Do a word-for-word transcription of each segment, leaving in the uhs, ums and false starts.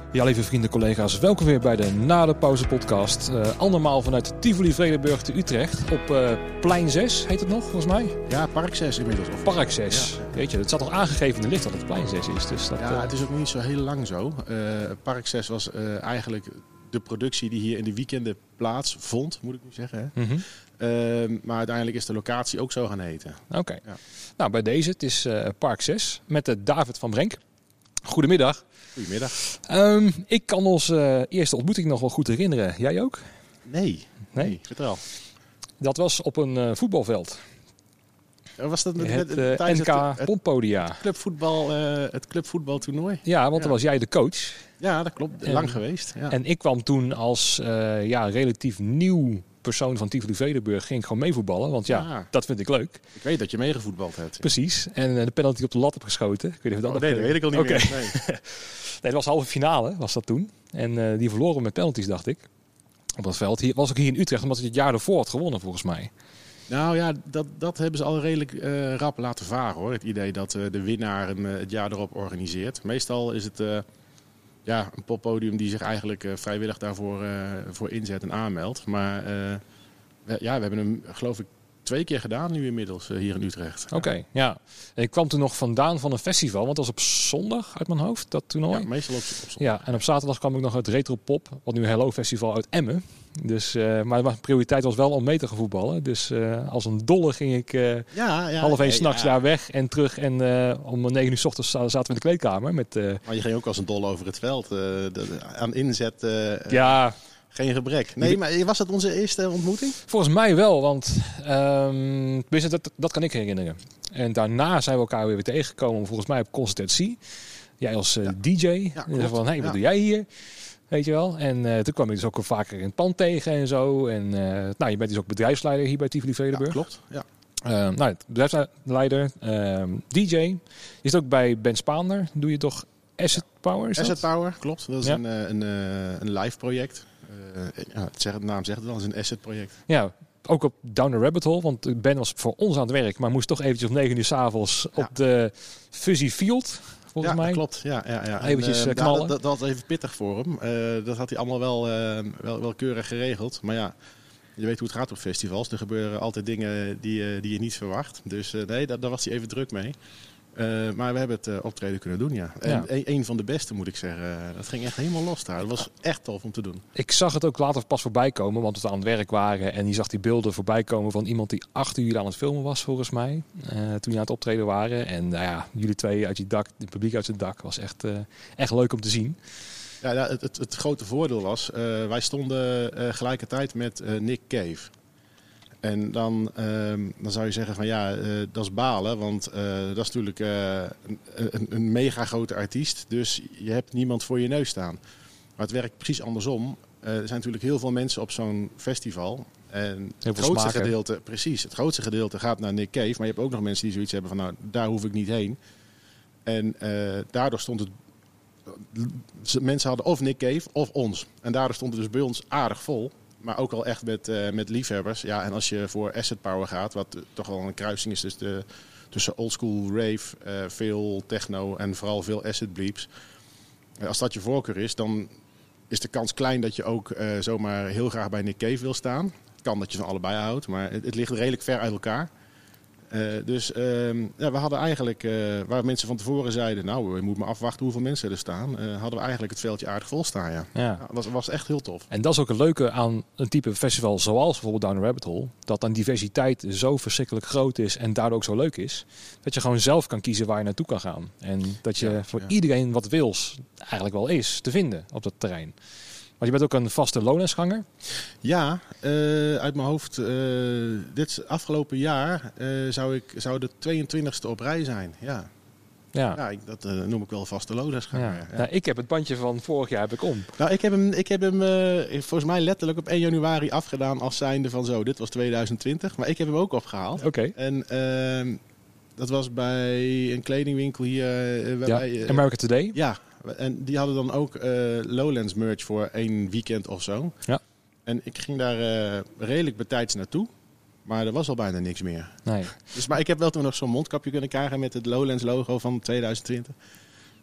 Ja, lieve vrienden, collega's, welkom weer bij de Na de Pauze podcast. Uh, andermaal vanuit Tivoli Vredenburg te Utrecht op uh, plein zes, heet het nog volgens mij? Ja, park zes inmiddels. Of... Park zes. Ja. Weet je, het zat al aangegeven in de licht dat het plein zes is. Dus dat, ja, uh... het is ook niet zo heel lang zo. Uh, park zes was uh, eigenlijk de productie die hier in de weekenden plaatsvond, moet ik nu zeggen. Hè? Mm-hmm. Uh, maar uiteindelijk is de locatie ook zo gaan heten. Oké. Okay. Ja. Nou, bij deze, het is uh, Park zes met uh, David van Brenk. Goedemiddag. Goedemiddag. Um, ik kan ons uh, eerste ontmoeting nog wel goed herinneren. Jij ook? Nee. Nee? nee vertel. Dat was op een uh, voetbalveld. Was dat met, het met, uh, tijdens N K het, Pomppodia. Het clubvoetbal, uh, het clubvoetbaltoernooi? Ja, want ja. dan was jij de coach. Ja, dat klopt. En, Lang geweest. Ja. En ik kwam toen als uh, ja, relatief nieuw persoon van Tivoli Vredenburg ging ik gewoon meevoetballen. Want ja, ah. dat vind ik leuk. Ik weet dat je meegevoetbald hebt. Ja. Precies. En uh, de penalty op de lat heb geschoten. Ik weet niet of dat oh, nee, dat weet ik al niet okay. meer. Nee. nee, dat was halve finale, was dat toen. En uh, die verloren met penalties, dacht ik. Op dat veld. Hier, was ook hier in Utrecht, omdat hij het jaar ervoor had gewonnen, volgens mij. Nou ja, dat, dat hebben ze al redelijk uh, rap laten varen, hoor. Het idee dat uh, de winnaar hem, uh, het jaar erop organiseert. Meestal is het uh, ja, een poppodium die zich eigenlijk uh, vrijwillig daarvoor uh, voor inzet en aanmeldt. Maar uh, we, ja, we hebben hem, geloof ik, twee keer gedaan nu inmiddels uh, hier in Utrecht. Oké, okay, ja. Ik kwam toen nog vandaan van een festival, want dat was op zondag uit mijn hoofd, dat toernooi. Ja, meestal op, op zondag. Ja, en op zaterdag kwam ik nog uit Retro Pop, wat nu Hello Festival uit Emmen. Dus, uh, maar de prioriteit was wel om mee te gaan voetballen. Dus uh, als een dolle ging ik uh, ja, ja, half één ja, s'nachts ja. daar weg en terug. En uh, om negen uur 's ochtends zaten we in de kleedkamer. Met, uh, maar je ging ook als een dolle over het veld. Uh, de, de, aan inzet. Uh, ja. Geen gebrek. Nee, maar was dat onze eerste ontmoeting? Volgens mij wel, want um, dat, dat kan ik herinneren. En daarna zijn we elkaar weer, weer tegengekomen, volgens mij op Concertatie. Jij als uh, ja. D J. Ja, en van, hé, hey, wat ja. doe jij hier? Weet je wel. En uh, toen kwam ik dus ook vaker in het pand tegen en zo. En uh, nou, je bent dus ook bedrijfsleider hier bij Tivoli Vredenburg. Ja, klopt. Ja. Uh, nou, bedrijfsleider, uh, D J. Je zit ook bij Ben Spaander. Doe je toch Asset Power? Is Asset dat? Power, klopt. Dat is ja. een, een, een live project. Uh, ja, het zegt, de naam zegt het wel, het is een asset project. Ja, ook op Down the Rabbit Hole, want Ben was voor ons aan het werk, maar moest toch eventjes om negen uur 's avonds ja. op de Fuzzy Field, volgens ja, mij. Ja, klopt. Ja, ja, ja. Eventjes en, uh, knallen. Ja, dat, dat was even pittig voor hem. Uh, dat had hij allemaal wel, uh, wel, wel keurig geregeld. Maar ja, je weet hoe het gaat op festivals. Er gebeuren altijd dingen die, uh, die je niet verwacht. Dus uh, nee, daar, daar was hij even druk mee. Uh, maar we hebben het uh, optreden kunnen doen, ja. En ja. Een, een van de beste, moet ik zeggen. Uh, dat ging echt helemaal los daar. Dat was echt tof om te doen. Ik zag het ook later pas voorbij komen, want we aan het werk waren. En die zag die beelden voorbij komen van iemand die achter jullie aan het filmen was, volgens mij. Uh, toen jullie aan het optreden waren. En nou ja, jullie twee uit je dak, het publiek uit zijn dak, was echt, uh, echt leuk om te zien. Ja, ja het, het, het grote voordeel was, uh, wij stonden uh, gelijkertijd met uh, Nick Cave. En dan, uh, dan zou je zeggen van ja, uh, dat is balen, want uh, dat is natuurlijk uh, een, een, een mega grote artiest. Dus je hebt niemand voor je neus staan. Maar het werkt precies andersom. Uh, er zijn natuurlijk heel veel mensen op zo'n festival. En het grootste smaken. gedeelte, precies, het grootste gedeelte gaat naar Nick Cave. Maar je hebt ook nog mensen die zoiets hebben van nou, daar hoef ik niet heen. En uh, daardoor stond het... Mensen hadden of Nick Cave of ons. En daardoor stond het dus bij ons aardig vol. Maar ook al echt met, uh, met liefhebbers. Ja, en als je voor Asset Power gaat, wat uh, toch wel een kruising is tussen, de, tussen oldschool rave, uh, veel techno en vooral veel acid bleeps. Uh, als dat je voorkeur is, dan is de kans klein dat je ook uh, zomaar heel graag bij Nick Cave wil staan. Kan dat je van allebei houdt, maar het, het ligt redelijk ver uit elkaar. Uh, dus uh, ja, we hadden eigenlijk, uh, waar mensen van tevoren zeiden, nou, je moet maar afwachten hoeveel mensen er staan, uh, hadden we eigenlijk het veldje aardig vol staan. Ja. Ja. Ja, was, was echt heel tof. En dat is ook het leuke aan een type festival zoals bijvoorbeeld Down the Rabbit Hole. Dat dan diversiteit zo verschrikkelijk groot is en daardoor ook zo leuk is. Dat je gewoon zelf kan kiezen waar je naartoe kan gaan. En dat je ja, voor ja. iedereen wat wils eigenlijk wel is te vinden op dat terrein. Want je bent ook een vaste Lowlandsganger? Ja, uh, uit mijn hoofd. Uh, dit afgelopen jaar uh, zou, ik, zou de tweeëntwintigste op rij zijn. Ja, ja. ja ik, dat uh, noem ik wel vaste Lowlandsganger. Ja. Ja. Nou, ik heb het bandje van vorig jaar heb ik om. Nou, ik heb hem, ik heb hem uh, volgens mij letterlijk op één januari afgedaan als zijnde van zo. Dit was tweeduizend twintig, maar ik heb hem ook opgehaald. Oké. Okay. En uh, dat was bij een kledingwinkel hier. Uh, ja, bij, uh, America Today. Ja. En die hadden dan ook uh, Lowlands merch voor één weekend of zo. Ja. En ik ging daar uh, redelijk betijds naartoe. Maar er was al bijna niks meer. Nee. Dus, maar ik heb wel toen nog zo'n mondkapje kunnen krijgen met het Lowlands logo van tweeduizend twintig.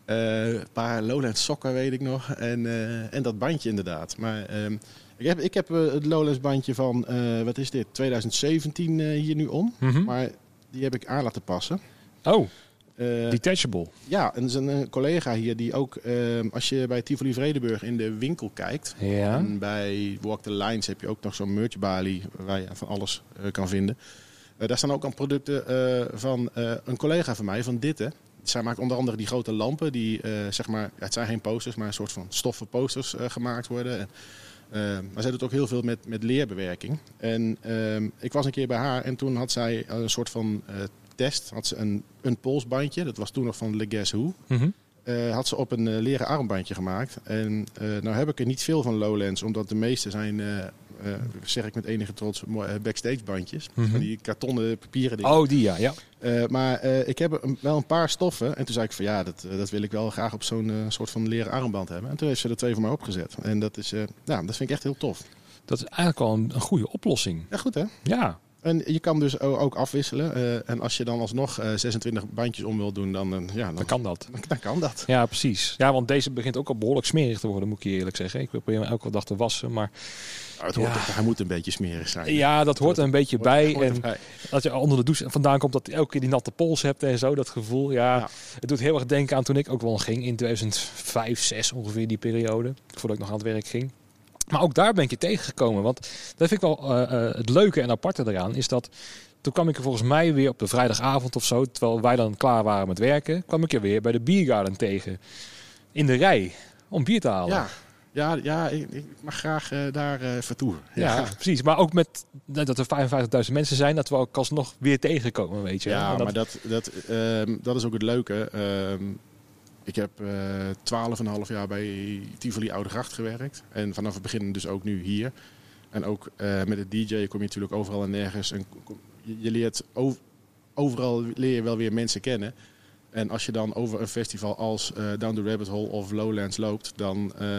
Uh, een paar Lowlands sokken weet ik nog. En, uh, en dat bandje inderdaad. Maar um, ik heb, ik heb uh, het Lowlands bandje van, uh, wat is dit, twintig zeventien uh, hier nu om. Mm-hmm. Maar die heb ik aan laten passen. Oh, uh, detachable. Ja, en er is een, een collega hier die ook, uh, als je bij Tivoli Vredenburg in de winkel kijkt. Ja. En bij Walk the Lines heb je ook nog zo'n merchbalie waar je van alles uh, kan vinden. Uh, daar staan ook al producten uh, van uh, een collega van mij, van Ditte. Zij maakt onder andere die grote lampen die, uh, zeg maar, ja, het zijn geen posters, maar een soort van stoffen posters uh, gemaakt worden. En, uh, maar zij doet ook heel veel met, met leerbewerking. En uh, ik was een keer bij haar en toen had zij een soort van uh, test. Had ze een, een polsbandje, dat was toen nog van Le Guess Who. Mm-hmm. Uh, had ze op een uh, leren armbandje gemaakt. En uh, nou heb ik er niet veel van Lowlands, omdat de meeste zijn, uh, uh, zeg ik met enige trots, backstage bandjes. Mm-hmm. Van die kartonnen papieren dingen. Oh, die ja, ja. Uh, maar uh, ik heb een, wel een paar stoffen. En toen zei ik van ja, dat, uh, dat wil ik wel graag op zo'n uh, soort van leren armband hebben. En toen heeft ze er twee voor mij opgezet. En dat is, uh, ja, dat vind ik echt heel tof. Dat is eigenlijk al een, een goede oplossing. Ja, goed hè? Ja. En je kan dus ook afwisselen. Uh, en als je dan alsnog uh, zesentwintig bandjes om wil doen, dan, uh, ja, dan, dan kan dat. Dan, dan kan dat. Ja, precies. Ja, want deze begint ook al behoorlijk smerig te worden, moet ik je eerlijk zeggen. Ik probeer hem elke dag te wassen, maar... Ja, het hoort, ja. Hij moet een beetje smerig zijn. Ja, dat hoort er een beetje hoort, bij. Hoort en bij. als je vandaan douche vandaan komt, dat je elke keer die natte pols hebt en zo, dat gevoel. Ja, ja. Het doet heel erg denken aan toen ik ook wel ging in tweeduizend vijf, zes ongeveer die periode. Voordat ik nog aan het werk ging. Maar ook daar ben ik je tegengekomen. Want dat vind ik wel uh, uh, het leuke en aparte eraan. Is dat toen kwam ik er volgens mij weer op de vrijdagavond of zo. Terwijl wij dan klaar waren met werken. Kwam ik er weer bij de Biergarden tegen. In de rij. Om bier te halen. Ja, ja, ja ik, ik mag graag uh, daar uh, vertoeven. Ja, ja, precies. Maar ook met dat er vijfenvijftigduizend mensen zijn. Dat we ook alsnog weer tegenkomen, weet je. Ja, dat... maar dat, dat, uh, dat is ook het leuke. Uh, Ik heb twaalf uh, en een half jaar bij Tivoli Oudegracht gewerkt. En vanaf het begin dus ook nu hier. En ook uh, met het D J'en kom je natuurlijk overal en nergens. En je, je leert over, overal leer je wel weer mensen kennen. En als je dan over een festival als uh, Down the Rabbit Hole of Lowlands loopt, dan... Uh,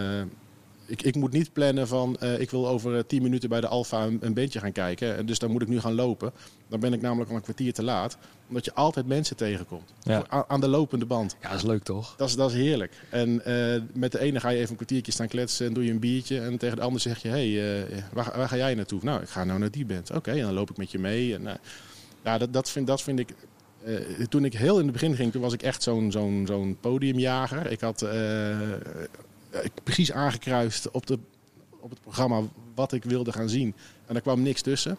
ik, ik moet niet plannen van uh, ik wil over uh, tien minuten bij de Alfa een, een bandje gaan kijken. En dus dan moet ik nu gaan lopen. Dan ben ik namelijk al een kwartier te laat. Omdat je altijd mensen tegenkomt. Ja. Aan, aan de lopende band. Ja, dat is leuk toch? Dat is, dat is heerlijk. En uh, met de ene ga je even een kwartiertje staan kletsen en doe je een biertje. En tegen de ander zeg je, hé, hey, uh, waar, waar ga jij naartoe? Nou, ik ga nou naar die band. Oké, okay, en dan loop ik met je mee. En, uh, ja, dat, dat, vind, dat vind ik... Uh, toen ik heel in het begin ging, toen was ik echt zo'n, zo'n, zo'n podiumjager. Ik had... Uh, Ik precies aangekruist op, de, op het programma wat ik wilde gaan zien. En daar kwam niks tussen.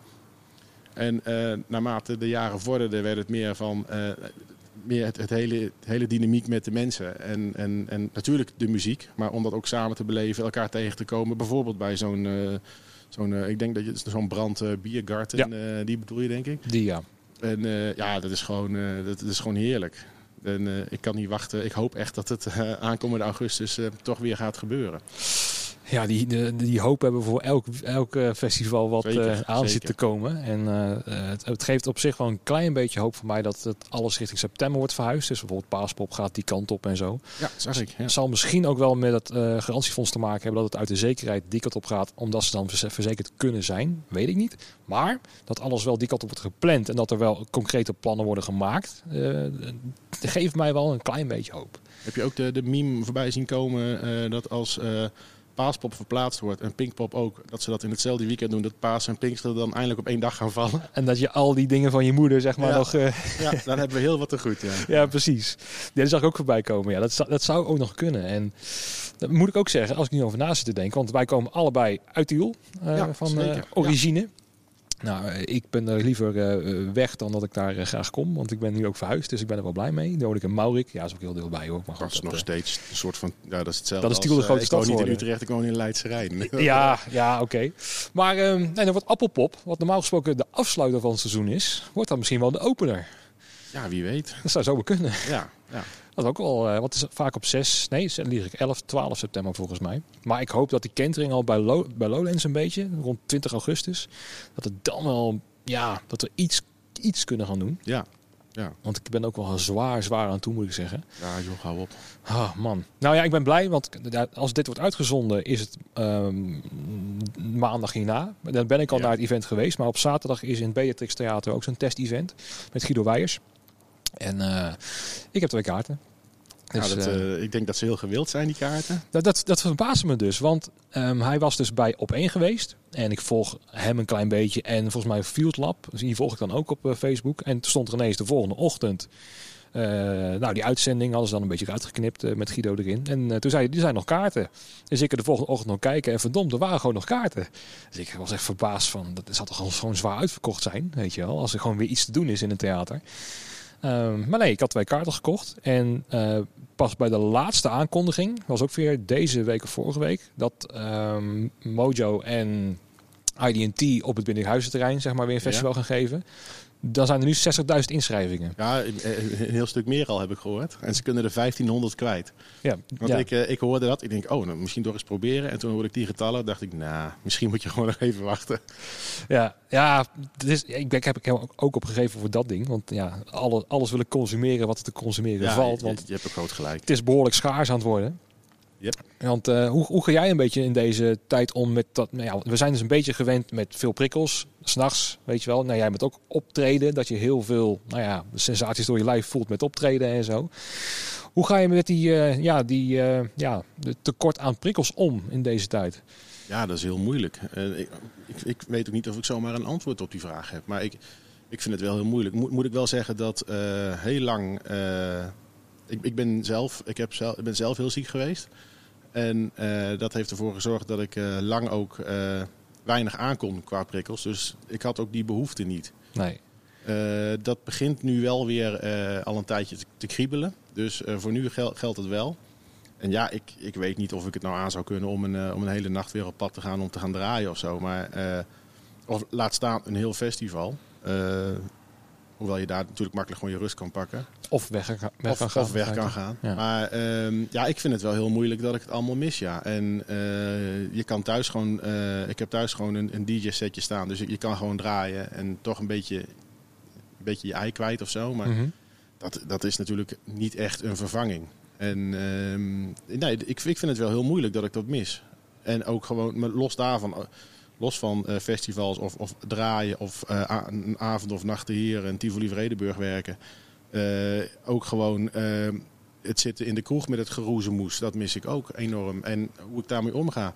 En uh, naarmate de jaren vorderden werd het meer van uh, meer het, het, hele, het hele dynamiek met de mensen. En, en, en natuurlijk de muziek, maar om dat ook samen te beleven, elkaar tegen te komen. Bijvoorbeeld bij zo'n, uh, zo'n uh, ik denk dat je zo'n brand uh, biergarten, ja. uh, die bedoel je denk ik? Die ja. En uh, ja, dat is gewoon, uh, dat, dat is gewoon heerlijk. En uh, ik kan niet wachten. Ik hoop echt dat het uh, aankomende augustus uh, toch weer gaat gebeuren. Ja, die, die, die hoop hebben we voor elk, elk festival wat zeker, uh, aan zeker. zit te komen. En uh, het, het geeft op zich wel een klein beetje hoop voor mij dat het alles richting september wordt verhuisd. Dus bijvoorbeeld Paaspop gaat die kant op en zo. Ja, zag ik. Ja. Het zal misschien ook wel met het uh, garantiefonds te maken hebben dat het uit de zekerheid die kant op gaat. Omdat ze dan verzekerd kunnen zijn. Weet ik niet. Maar dat alles wel die kant op wordt gepland en dat er wel concrete plannen worden gemaakt. Uh, geeft mij wel een klein beetje hoop. Heb je ook de, de meme voorbij zien komen uh, dat als... Uh, Paaspop verplaatst wordt en Pinkpop ook, dat ze dat in hetzelfde weekend doen, dat Paas en Pinkster dan eindelijk op één dag gaan vallen. En dat je al die dingen van je moeder, zeg maar, ja. nog... Uh... Ja, dan hebben we heel wat te goed, ja. Ja, precies. Die zag ik ook voorbij komen. Ja, dat, zou, dat zou ook nog kunnen. En dat moet ik ook zeggen, als ik nu over na zit te denken, want wij komen allebei uit Tiel, uh, ja, van uh, origine. Ja. Nou, ik ben er liever uh, weg dan dat ik daar uh, graag kom. Want ik ben nu ook verhuisd, dus ik ben er wel blij mee. Dan woon ik in Maurik. Ja, is ook heel deel bij hoor. Maar dat is nog uh, steeds een soort van... Ja, dat is hetzelfde dat is Tiel de grote als, stad uh, ik woon niet worden. in Utrecht, ik woon in Leidse Rijn. Ja, ja oké. Okay. Maar uh, nee, dan wordt Appelpop, wat normaal gesproken de afsluiter van het seizoen is, wordt dan misschien wel de opener. Ja, wie weet. Dat zou zo wel kunnen. Ja, ja. Dat is ook wel, uh, wat is vaak op zes, nee, lieg ik, elf, twaalf september volgens mij. Maar ik hoop dat die kentering al bij, Low, bij Lowlands een beetje, rond twintig augustus, dat het dan wel, ja, dat we iets, iets kunnen gaan doen. Ja, ja. Want ik ben ook wel zwaar, zwaar aan toe, moet ik zeggen. Ja, joh, hou op. Ah, man. Nou ja, ik ben blij, want als dit wordt uitgezonden, is het um, maandag hierna. Dan ben ik al ja. naar het event geweest. Maar op zaterdag is in het Beatrix Theater ook zo'n test-event met Guido Weijers. En uh, ik heb twee kaarten. Dus, ja, dat, uh, uh, ik denk dat ze heel gewild zijn, die kaarten. Dat, dat, dat verbaasde me dus. Want um, hij was dus bij Op één geweest. En ik volg hem een klein beetje. En volgens mij Field Lab. Dus die volg ik dan ook op uh, Facebook. En toen stond er ineens de volgende ochtend. Uh, nou, die uitzending hadden ze dan een beetje uitgeknipt uh, met Guido erin. En uh, toen zei hij, er zijn nog kaarten. Dus ik er de volgende ochtend nog kijken. En verdomd, er waren gewoon nog kaarten. Dus ik was echt verbaasd van, dat zal toch gewoon, gewoon zwaar uitverkocht zijn. Weet je wel, als er gewoon weer iets te doen is in het theater. Um, maar nee, ik had twee kaarten gekocht. En uh, pas bij de laatste aankondiging, was ook weer deze week of vorige week, dat um, Mojo en I D T op het Binnenhuizenterrein zeg maar weer een festival ja. gaan geven. Dan zijn er nu zestigduizend inschrijvingen. Ja, een, een heel stuk meer al heb ik gehoord. En ze kunnen er vijftienhonderd kwijt. Ja, Want ja. Ik, uh, ik hoorde dat. Ik denk, oh, nou, misschien toch eens proberen. En toen hoorde ik die getallen. dacht ik, nou, nah, misschien moet je gewoon nog even wachten. Ja, ja is, ik, ben, ik heb ik ook opgegeven voor dat ding. Want ja, alle, alles willen consumeren wat er te consumeren ja, valt. Je, want je hebt ook groot gelijk. Het is behoorlijk schaars aan het worden. Yep. Want uh, hoe, hoe ga jij een beetje in deze tijd om met dat? Nou ja, we zijn dus een beetje gewend met veel prikkels. 's Nachts, weet je wel. Nou, jij met ook optreden. Dat je heel veel nou ja, sensaties door je lijf voelt met optreden en zo. Hoe ga je met die, uh, ja, die uh, ja, de tekort aan prikkels om in deze tijd? Ja, dat is heel moeilijk. Uh, ik, ik, ik weet ook niet of ik zomaar een antwoord op die vraag heb. Maar ik, ik vind het wel heel moeilijk. Mo- moet ik wel zeggen dat uh, heel lang... Uh, ik, ik, ben zelf, ik, heb zelf, ik ben zelf heel ziek geweest. En uh, dat heeft ervoor gezorgd dat ik uh, lang ook uh, weinig aankon qua prikkels. Dus ik had ook die behoefte niet. Nee. Uh, dat begint nu wel weer uh, al een tijdje te, te kriebelen. Dus uh, voor nu gel- geldt het wel. En ja, ik, ik weet niet of ik het nou aan zou kunnen om een, uh, om een hele nacht weer op pad te gaan om te gaan draaien of zo. Maar uh, of laat staan een heel festival. Uh, Hoewel je daar natuurlijk makkelijk gewoon je rust kan pakken. Of weg, weg of, kan gaan. Of weg kan gaan. Ja. Maar um, ja, ik vind het wel heel moeilijk dat ik het allemaal mis, ja. En uh, je kan thuis gewoon... Uh, ik heb thuis gewoon een, een D J-setje staan. Dus je kan gewoon draaien en toch een beetje, een beetje je ei kwijt of zo. Maar mm-hmm. dat, dat is natuurlijk niet echt een vervanging. En um, nee, ik, ik vind het wel heel moeilijk dat ik dat mis. En ook gewoon, los daarvan... Los van uh, festivals of, of draaien of uh, a- een avond of nachten hier in Tivoli-Vredenburg werken. Uh, ook gewoon uh, het zitten in de kroeg met het geroezemoes. Dat mis ik ook enorm. En hoe ik daarmee omga.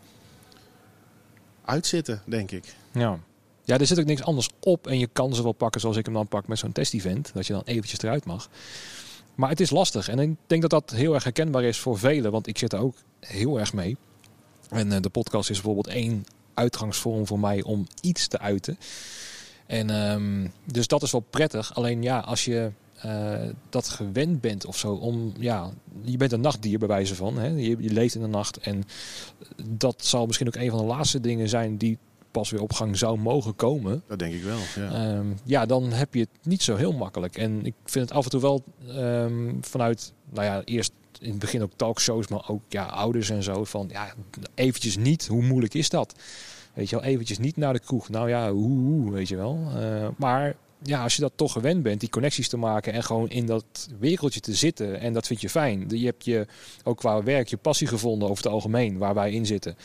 Uitzitten, denk ik. Ja. Ja, er zit ook niks anders op. En je kan ze wel pakken zoals ik hem dan pak met zo'n test-event. Dat je dan eventjes eruit mag. Maar het is lastig. En ik denk dat dat heel erg herkenbaar is voor velen. Want ik zit er ook heel erg mee. En uh, de podcast is bijvoorbeeld één... uitgangsvorm voor mij om iets te uiten. En um, dus dat is wel prettig. Alleen ja, als je uh, dat gewend bent of zo, om ja, je bent een nachtdier bij wijze van. Hè? Je, je leeft in de nacht en dat zal misschien ook een van de laatste dingen zijn die pas weer op gang zou mogen komen. Dat denk ik wel. Ja, um, ja dan heb je het niet zo heel makkelijk. En ik vind het af en toe wel um, vanuit, nou ja, eerst in het begin ook talkshows, maar ook ja, ouders en zo. Van ja, eventjes niet. Hoe moeilijk is dat? Weet je wel, eventjes niet naar de kroeg. Nou ja, hoe, hoe weet je wel. Uh, maar ja, als je dat toch gewend bent, die connecties te maken en gewoon in dat wereldje te zitten. En dat vind je fijn. Je hebt je ook qua werk je passie gevonden over het algemeen, waar wij in zitten.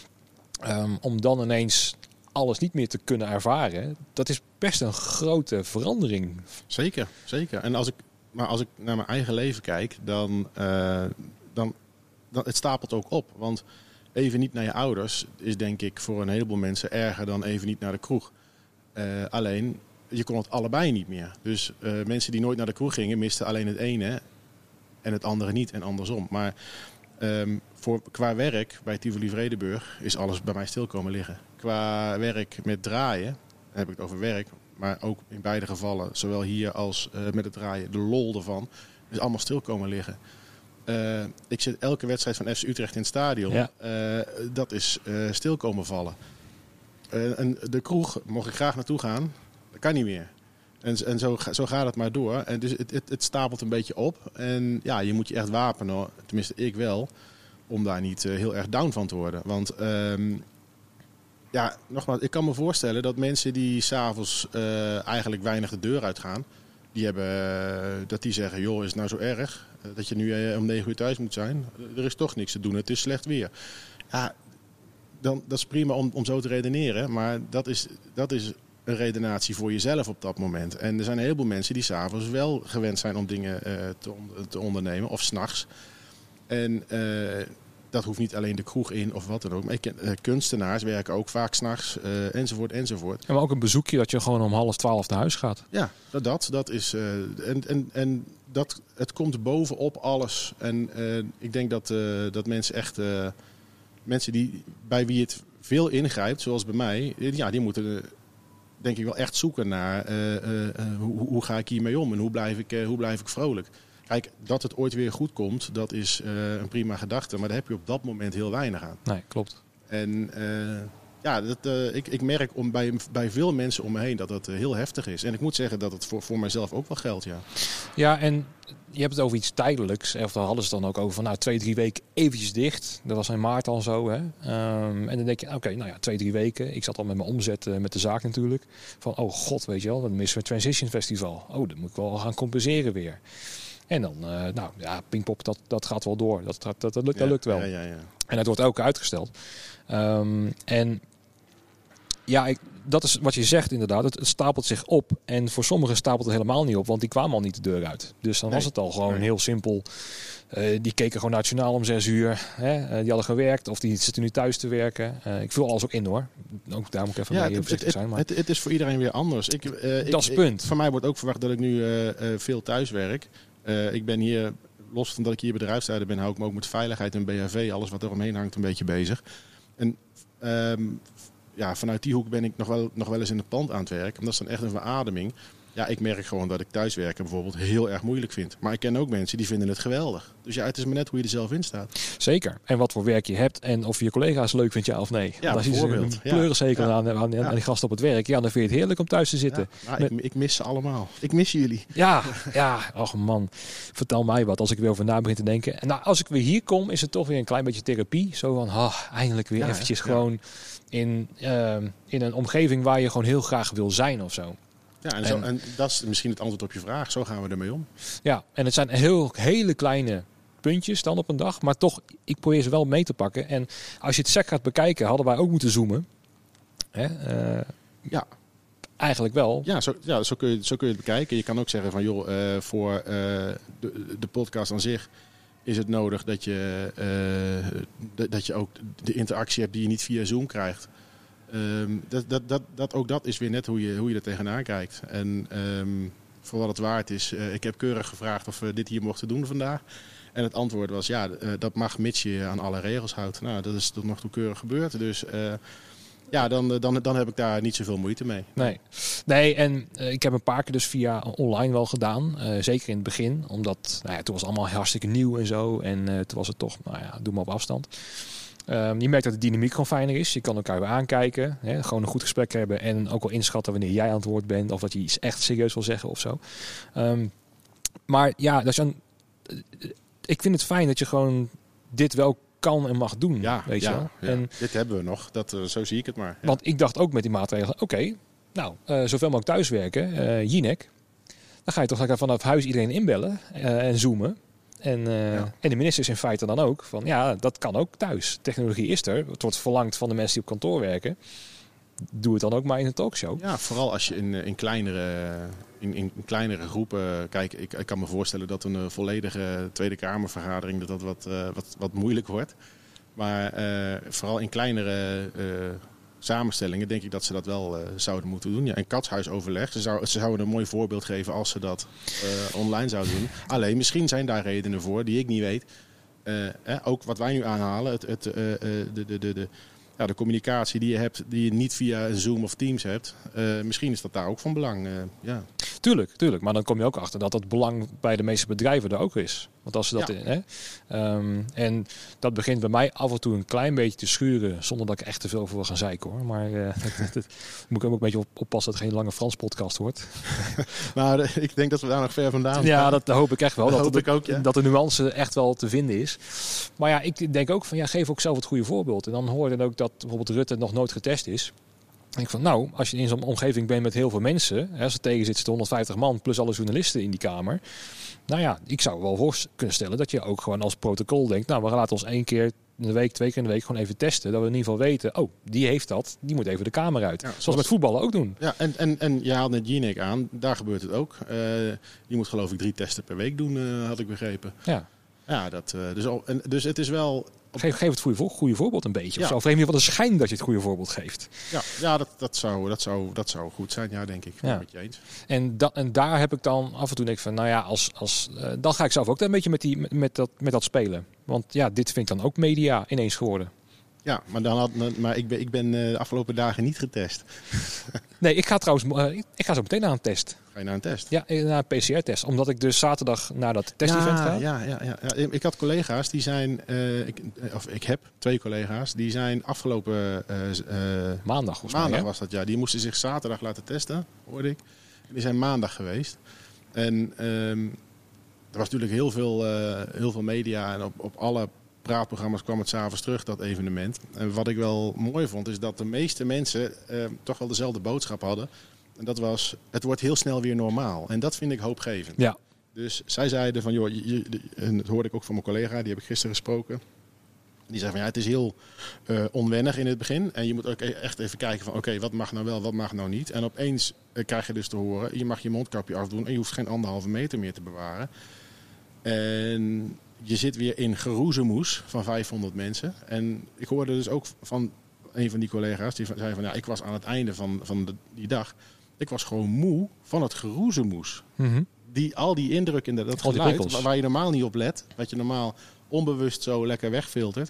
Um, om dan ineens alles niet meer te kunnen ervaren. Dat is best een grote verandering. Zeker, zeker. En als ik Maar als ik naar mijn eigen leven kijk, dan, uh, dan, dan het stapelt ook op. Want even niet naar je ouders is denk ik voor een heleboel mensen erger dan even niet naar de kroeg. Uh, alleen, je kon het allebei niet meer. Dus uh, mensen die nooit naar de kroeg gingen, misten alleen het ene en het andere niet en andersom. Maar um, voor, qua werk bij Tivoli-Vredenburg is alles bij mij stil komen liggen. Qua werk met draaien, dan heb ik het over werk... Maar ook in beide gevallen, zowel hier als uh, met het draaien, de lol ervan, is allemaal stil komen liggen. Uh, ik zit elke wedstrijd van F C Utrecht in het stadion. Ja. Uh, dat is uh, stil komen vallen. Uh, en de kroeg mocht ik graag naartoe gaan. Dat kan niet meer. En, en zo, zo gaat het maar door. En dus het, het, het stapelt een beetje op. En ja, je moet je echt wapenen, tenminste ik wel, om daar niet uh, heel erg down van te worden. Want... Um, Ja, nogmaals, ik kan me voorstellen dat mensen die s'avonds uh, eigenlijk weinig de deur uitgaan, die hebben, uh, dat die zeggen, joh, is het nou zo erg uh, dat je nu uh, om negen uur thuis moet zijn? Er is toch niks te doen, het is slecht weer. Ja, dan, dat is prima om, om zo te redeneren, maar dat is, dat is een redenatie voor jezelf op dat moment. En er zijn een heleboel mensen die s'avonds wel gewend zijn om dingen uh, te, on- te ondernemen. Of 's nachts. En uh, dat hoeft niet alleen de kroeg in of wat dan ook. Maar ik ken, uh, kunstenaars werken ook vaak 's nachts. Uh, enzovoort, enzovoort. Ja, maar ook een bezoekje dat je gewoon om half twaalf naar huis gaat. Ja, dat, dat, dat is... Uh, en en, en dat, het komt bovenop alles. En uh, ik denk dat, uh, dat mensen echt... Uh, mensen die, bij wie het veel ingrijpt, zoals bij mij... Ja, die moeten... Uh, denk ik wel echt zoeken naar uh, uh, uh, hoe, hoe ga ik hiermee om en hoe blijf ik, uh, hoe blijf ik vrolijk. Kijk, dat het ooit weer goed komt, dat is uh, een prima gedachte. Maar daar heb je op dat moment heel weinig aan. Nee, klopt. En uh, ja, dat, uh, ik, ik merk om bij, bij veel mensen om me heen dat dat uh, heel heftig is. En ik moet zeggen dat het voor, voor mijzelf ook wel geldt, ja. Ja, en je hebt het over iets tijdelijks. Of daar hadden ze dan ook over van nou, twee, drie weken eventjes dicht. Dat was in maart al zo. Hè? Um, en dan denk je, oké, okay, nou ja, twee, drie weken. Ik zat al met mijn omzet uh, met de zaak natuurlijk. Van, oh god, weet je wel, dan missen we het Transition Festival. Oh, dat moet ik wel gaan compenseren weer. En dan, uh, nou ja, Pinkpop, dat, dat gaat wel door. Dat, dat, dat, dat, lukt, ja, dat lukt wel. Ja, ja, ja. En het wordt ook uitgesteld. Um, en ja, ik, dat is wat je zegt inderdaad. Het, het stapelt zich op. En voor sommigen stapelt het helemaal niet op. Want die kwamen al niet de deur uit. Dus dan nee. was het al gewoon nee. heel simpel. Uh, die keken gewoon naar het journaal om zes uur. Hè? Uh, die hadden gewerkt. Of die zitten nu thuis te werken. Uh, ik vul alles ook in hoor. Ook daar moet ik even ja, mee voorzichtig zijn. Maar... Het, het, het is voor iedereen weer anders. Ik, uh, dat is het punt. Ik, van mij wordt ook verwacht dat ik nu uh, uh, veel thuis werk. Uh, ik ben hier... Los van dat ik hier bedrijfsleider ben, hou ik me ook met veiligheid en B H V, alles wat er omheen hangt, een beetje bezig. En um, ja, vanuit die hoek ben ik nog wel, nog wel eens in het pand aan het werken. En dat is dan echt een verademing. Ja, ik merk gewoon dat ik thuiswerken bijvoorbeeld heel erg moeilijk vind. Maar ik ken ook mensen die vinden het geweldig. Dus ja, het is maar net hoe je er zelf in staat. Zeker. En wat voor werk je hebt en of je je collega's leuk vindt, ja of nee. Ja, daar zie je een pleurenzeker ja. aan, aan, ja. aan die gasten op het werk. Ja, dan vind je het heerlijk om thuis te zitten. Ja. Nou, Met... ik, ik mis ze allemaal. Ik mis jullie. Ja, ja. Och man, vertel mij wat als ik weer over na begin te denken. En nou, als ik weer hier kom, is het toch weer een klein beetje therapie. Zo van, oh, eindelijk weer ja, eventjes ja. gewoon in, uh, in een omgeving waar je gewoon heel graag wil zijn of zo. Ja, en, zo, en, en dat is misschien het antwoord op je vraag. Zo gaan we ermee om. Ja, en het zijn heel, hele kleine puntjes dan op een dag. Maar toch, ik probeer ze wel mee te pakken. En als je het sec gaat bekijken, hadden wij ook moeten zoomen. Hè? Uh, ja. Eigenlijk wel. Ja, zo, ja zo, kun je, zo kun je het bekijken. Je kan ook zeggen van, joh, uh, voor uh, de, de podcast aan zich is het nodig dat je, uh, d- dat je ook de interactie hebt die je niet via Zoom krijgt. Um, dat, dat, dat, dat, ook dat is weer net hoe je, hoe je er tegenaan kijkt. En um, voor wat het waard is, uh, ik heb keurig gevraagd of we dit hier mochten doen vandaag. En het antwoord was ja, uh, dat mag mits je aan alle regels houdt. Nou, dat is tot nog toe keurig gebeurd. Dus uh, ja, dan, dan, dan heb ik daar niet zoveel moeite mee. Nee, nee en uh, ik heb een paar keer dus via online wel gedaan. Uh, zeker in het begin. Omdat nou ja, toen was het allemaal hartstikke nieuw en zo. En uh, toen was het toch, nou ja, doe maar op afstand. Um, je merkt dat de dynamiek gewoon fijner is. Je kan elkaar weer aankijken. Hè? Gewoon een goed gesprek hebben. En ook wel inschatten wanneer jij aan het woord bent. Of dat je iets echt serieus wil zeggen of zo. Um, maar ja, dat is een, ik vind het fijn dat je gewoon dit wel kan en mag doen. Ja, weet ja, je wel? Ja. En, dit hebben we nog. Dat, uh, zo zie ik het maar. Ja. Want ik dacht ook met die maatregelen. Oké, okay, nou, uh, zoveel mogelijk thuiswerken. Uh, Jinek. Dan ga je toch lekker vanaf huis iedereen inbellen. Uh, en zoomen. En, uh, ja. en de minister is in feite dan ook van ja, dat kan ook thuis. Technologie is er. Het wordt verlangd van de mensen die op kantoor werken. Doe het dan ook maar in een talkshow. Ja, vooral als je in, in, kleinere, in, in kleinere groepen... Kijk, ik, ik kan me voorstellen dat een volledige Tweede Kamervergadering... dat dat wat, uh, wat, wat moeilijk wordt. Maar uh, vooral in kleinere uh, samenstellingen denk ik dat ze dat wel uh, zouden moeten doen. Ja, en katshuisoverleg, ze, zou, ze zouden een mooi voorbeeld geven als ze dat uh, online zouden doen. Alleen, misschien zijn daar redenen voor die ik niet weet. Uh, eh, ook wat wij nu aanhalen, het, het, uh, uh, de... de, de, de Ja, de communicatie die je hebt, die je niet via Zoom of Teams hebt. Uh, misschien is dat daar ook van belang. Uh, ja. Tuurlijk, tuurlijk. Maar dan kom je ook achter dat het belang bij de meeste bedrijven er ook is. Want als ze dat... Ja. Hè, um, en dat begint bij mij af en toe een klein beetje te schuren. Zonder dat ik echt te veel voor wil gaan zeiken hoor. Maar uh, dat, dat, moet ik ook een beetje op, oppassen dat het geen lange Frans podcast wordt. Maar ik denk dat we daar nog ver vandaan zijn. Ja, dat hoop ik echt wel. Dat, dat, hoop de, ik ook, ja. dat de nuance echt wel te vinden is. Maar ja, ik denk ook van ja, geef ook zelf het goede voorbeeld. En dan hoor je dan ook dat bijvoorbeeld Rutte nog nooit getest is. En ik van nou, als je in zo'n omgeving bent met heel veel mensen, hè, als er tegen zit, zitten honderdvijftig man plus alle journalisten in die kamer. Nou ja, ik zou wel voor kunnen stellen dat je ook gewoon als protocol denkt, nou, we laten ons één keer in de week, twee keer in de week gewoon even testen. Dat we in ieder geval weten, oh, die heeft dat. Die moet even de kamer uit. Ja, zoals, zoals met voetballen ook doen. Ja, en, en, en je haalt net Jinek aan. Daar gebeurt het ook. Uh, die moet geloof ik drie testen per week doen, uh, had ik begrepen. Ja. Ja, dat, uh, dus, al, en, dus het is wel... Geef, geef het goede, voor, goede voorbeeld een beetje. Ja. Of zo. Of in ieder geval de schijn dat je het goede voorbeeld geeft. Ja, ja dat, dat, zou, dat, zou, dat zou goed zijn, ja, denk ik. Ja. Met je eens. En, da, en daar heb ik dan af en toe denk ik van, nou ja, als, als, uh, dan ga ik zelf ook een beetje met, die, met, met, dat, met dat spelen. Want ja, dit vind ik dan ook media ineens geworden. Ja, maar, dan had, maar ik ben, ik ben uh, de afgelopen dagen niet getest. Nee, ik ga trouwens uh, ik ga zo meteen naar een test. Ga je naar een test? Ja, naar een P C R-test. Omdat ik dus zaterdag naar dat test-event ja, ga. Ja, ja, ja, ja. Ik had collega's die zijn... Uh, ik, of ik heb twee collega's. Die zijn afgelopen... Uh, uh, maandag was Maandag mij, was dat, ja. Die moesten zich zaterdag laten testen, hoorde ik. En die zijn maandag geweest. En um, er was natuurlijk heel veel, uh, heel veel media. En op, op alle praatprogramma's kwam het 's avonds terug, dat evenement. En wat ik wel mooi vond, is dat de meeste mensen uh, toch wel dezelfde boodschap hadden. En dat was, het wordt heel snel weer normaal. En dat vind ik hoopgevend. Ja. Dus zij zeiden van, joh, je, je, en dat hoorde ik ook van mijn collega, die heb ik gisteren gesproken. Die zei van, ja, het is heel uh, onwennig in het begin. En je moet ook echt even kijken van, oké, okay, wat mag nou wel, wat mag nou niet. En opeens uh, krijg je dus te horen, je mag je mondkapje afdoen en je hoeft geen anderhalve meter meer te bewaren. En je zit weer in geroezemoes van vijfhonderd mensen. En ik hoorde dus ook van een van die collega's, die zei van, ja, ik was aan het einde van, van de, die dag, ik was gewoon moe van het geroezemoes. Mm-hmm. Die, al die indruk in dat, dat geluid, waar, waar je normaal niet op let, wat je normaal onbewust zo lekker wegfiltert.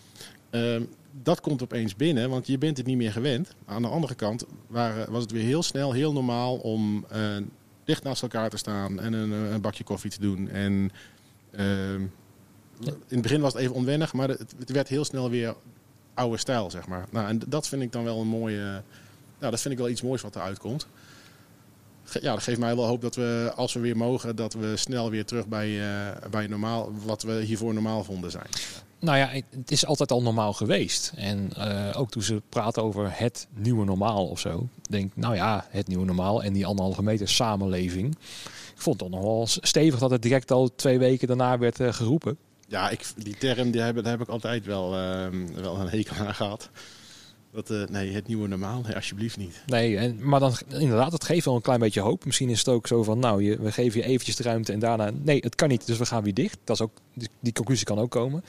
Uh, dat komt opeens binnen, want je bent het niet meer gewend. Aan de andere kant waren, was het weer heel snel, heel normaal om uh, dicht naast elkaar te staan en een, een bakje koffie te doen. En uh, in het begin was het even onwennig, maar het, het werd heel snel weer oude stijl, zeg maar. Nou, en dat vind ik dan wel een mooie... Nou, dat vind ik wel iets moois wat eruit komt. Ja, dat geeft mij wel hoop dat we, als we weer mogen, dat we snel weer terug bij, uh, bij normaal, wat we hiervoor normaal vonden zijn. Nou ja, het is altijd al normaal geweest. En uh, ook toen ze praten over het nieuwe normaal of zo, denk nou ja, het nieuwe normaal en die anderhalve meter samenleving. Ik vond het toch nog wel stevig dat het direct al twee weken daarna werd uh, geroepen. Ja, ik, die term die heb, daar heb ik altijd wel, uh, wel een hekel aan gehad. Dat, uh, nee, het nieuwe normaal, nee, alsjeblieft niet. Nee, en, maar dan inderdaad, het geeft wel een klein beetje hoop. Misschien is het ook zo van, nou, je, we geven je eventjes de ruimte en daarna... Nee, het kan niet, dus we gaan weer dicht. Dat is ook, die, die conclusie kan ook komen.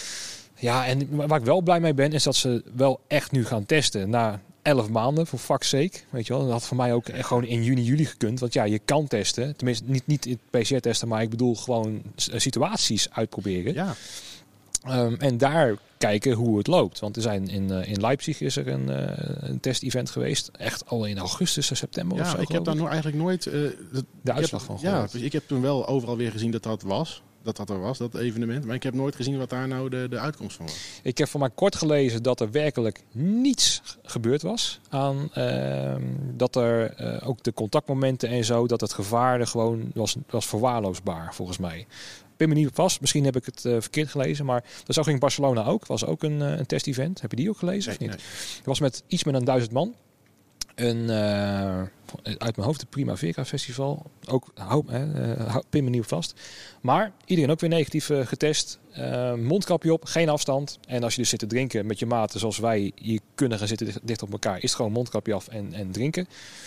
Ja, en waar ik wel blij mee ben, is dat ze wel echt nu gaan testen na elf maanden, voor fuck's sake. Weet je wel, dat had voor mij ook echt gewoon in juni, juli gekund. Want ja, je kan testen. Tenminste, niet, niet in P C R testen, maar ik bedoel gewoon situaties uitproberen. Ja. Um, en daar kijken hoe het loopt. Want er zijn in, uh, in Leipzig is er een, uh, een test-event geweest. Echt al in augustus, september ja, of zo. Ik heb daar no- eigenlijk nooit uh, de, de uitslag heb, van gehoord. Ja, ik heb toen wel overal weer gezien dat dat was. Dat dat er was, dat evenement. Maar ik heb nooit gezien wat daar nou de, de uitkomst van was. Ik heb voor mij kort gelezen dat er werkelijk niets gebeurd was. Aan, uh, dat er uh, ook de contactmomenten en zo, dat het gevaar er gewoon was, was verwaarloosbaar volgens mij. Ik ben me niet op vast. Misschien heb ik het uh, verkeerd gelezen. Maar dat zag ik in Barcelona ook. Was ook een, uh, een test-event. Heb je die ook gelezen nee, of niet? Nee. Het was met iets meer dan duizend man. Een, uh, uit mijn hoofd de Primavera Festival. Ook, hou, uh, pin me niet op vast. Maar iedereen ook weer negatief uh, getest. Uh, mondkapje op, geen afstand. En als je dus zit te drinken met je maten zoals wij hier kunnen gaan zitten dicht op elkaar, is het gewoon mondkapje af en, en drinken.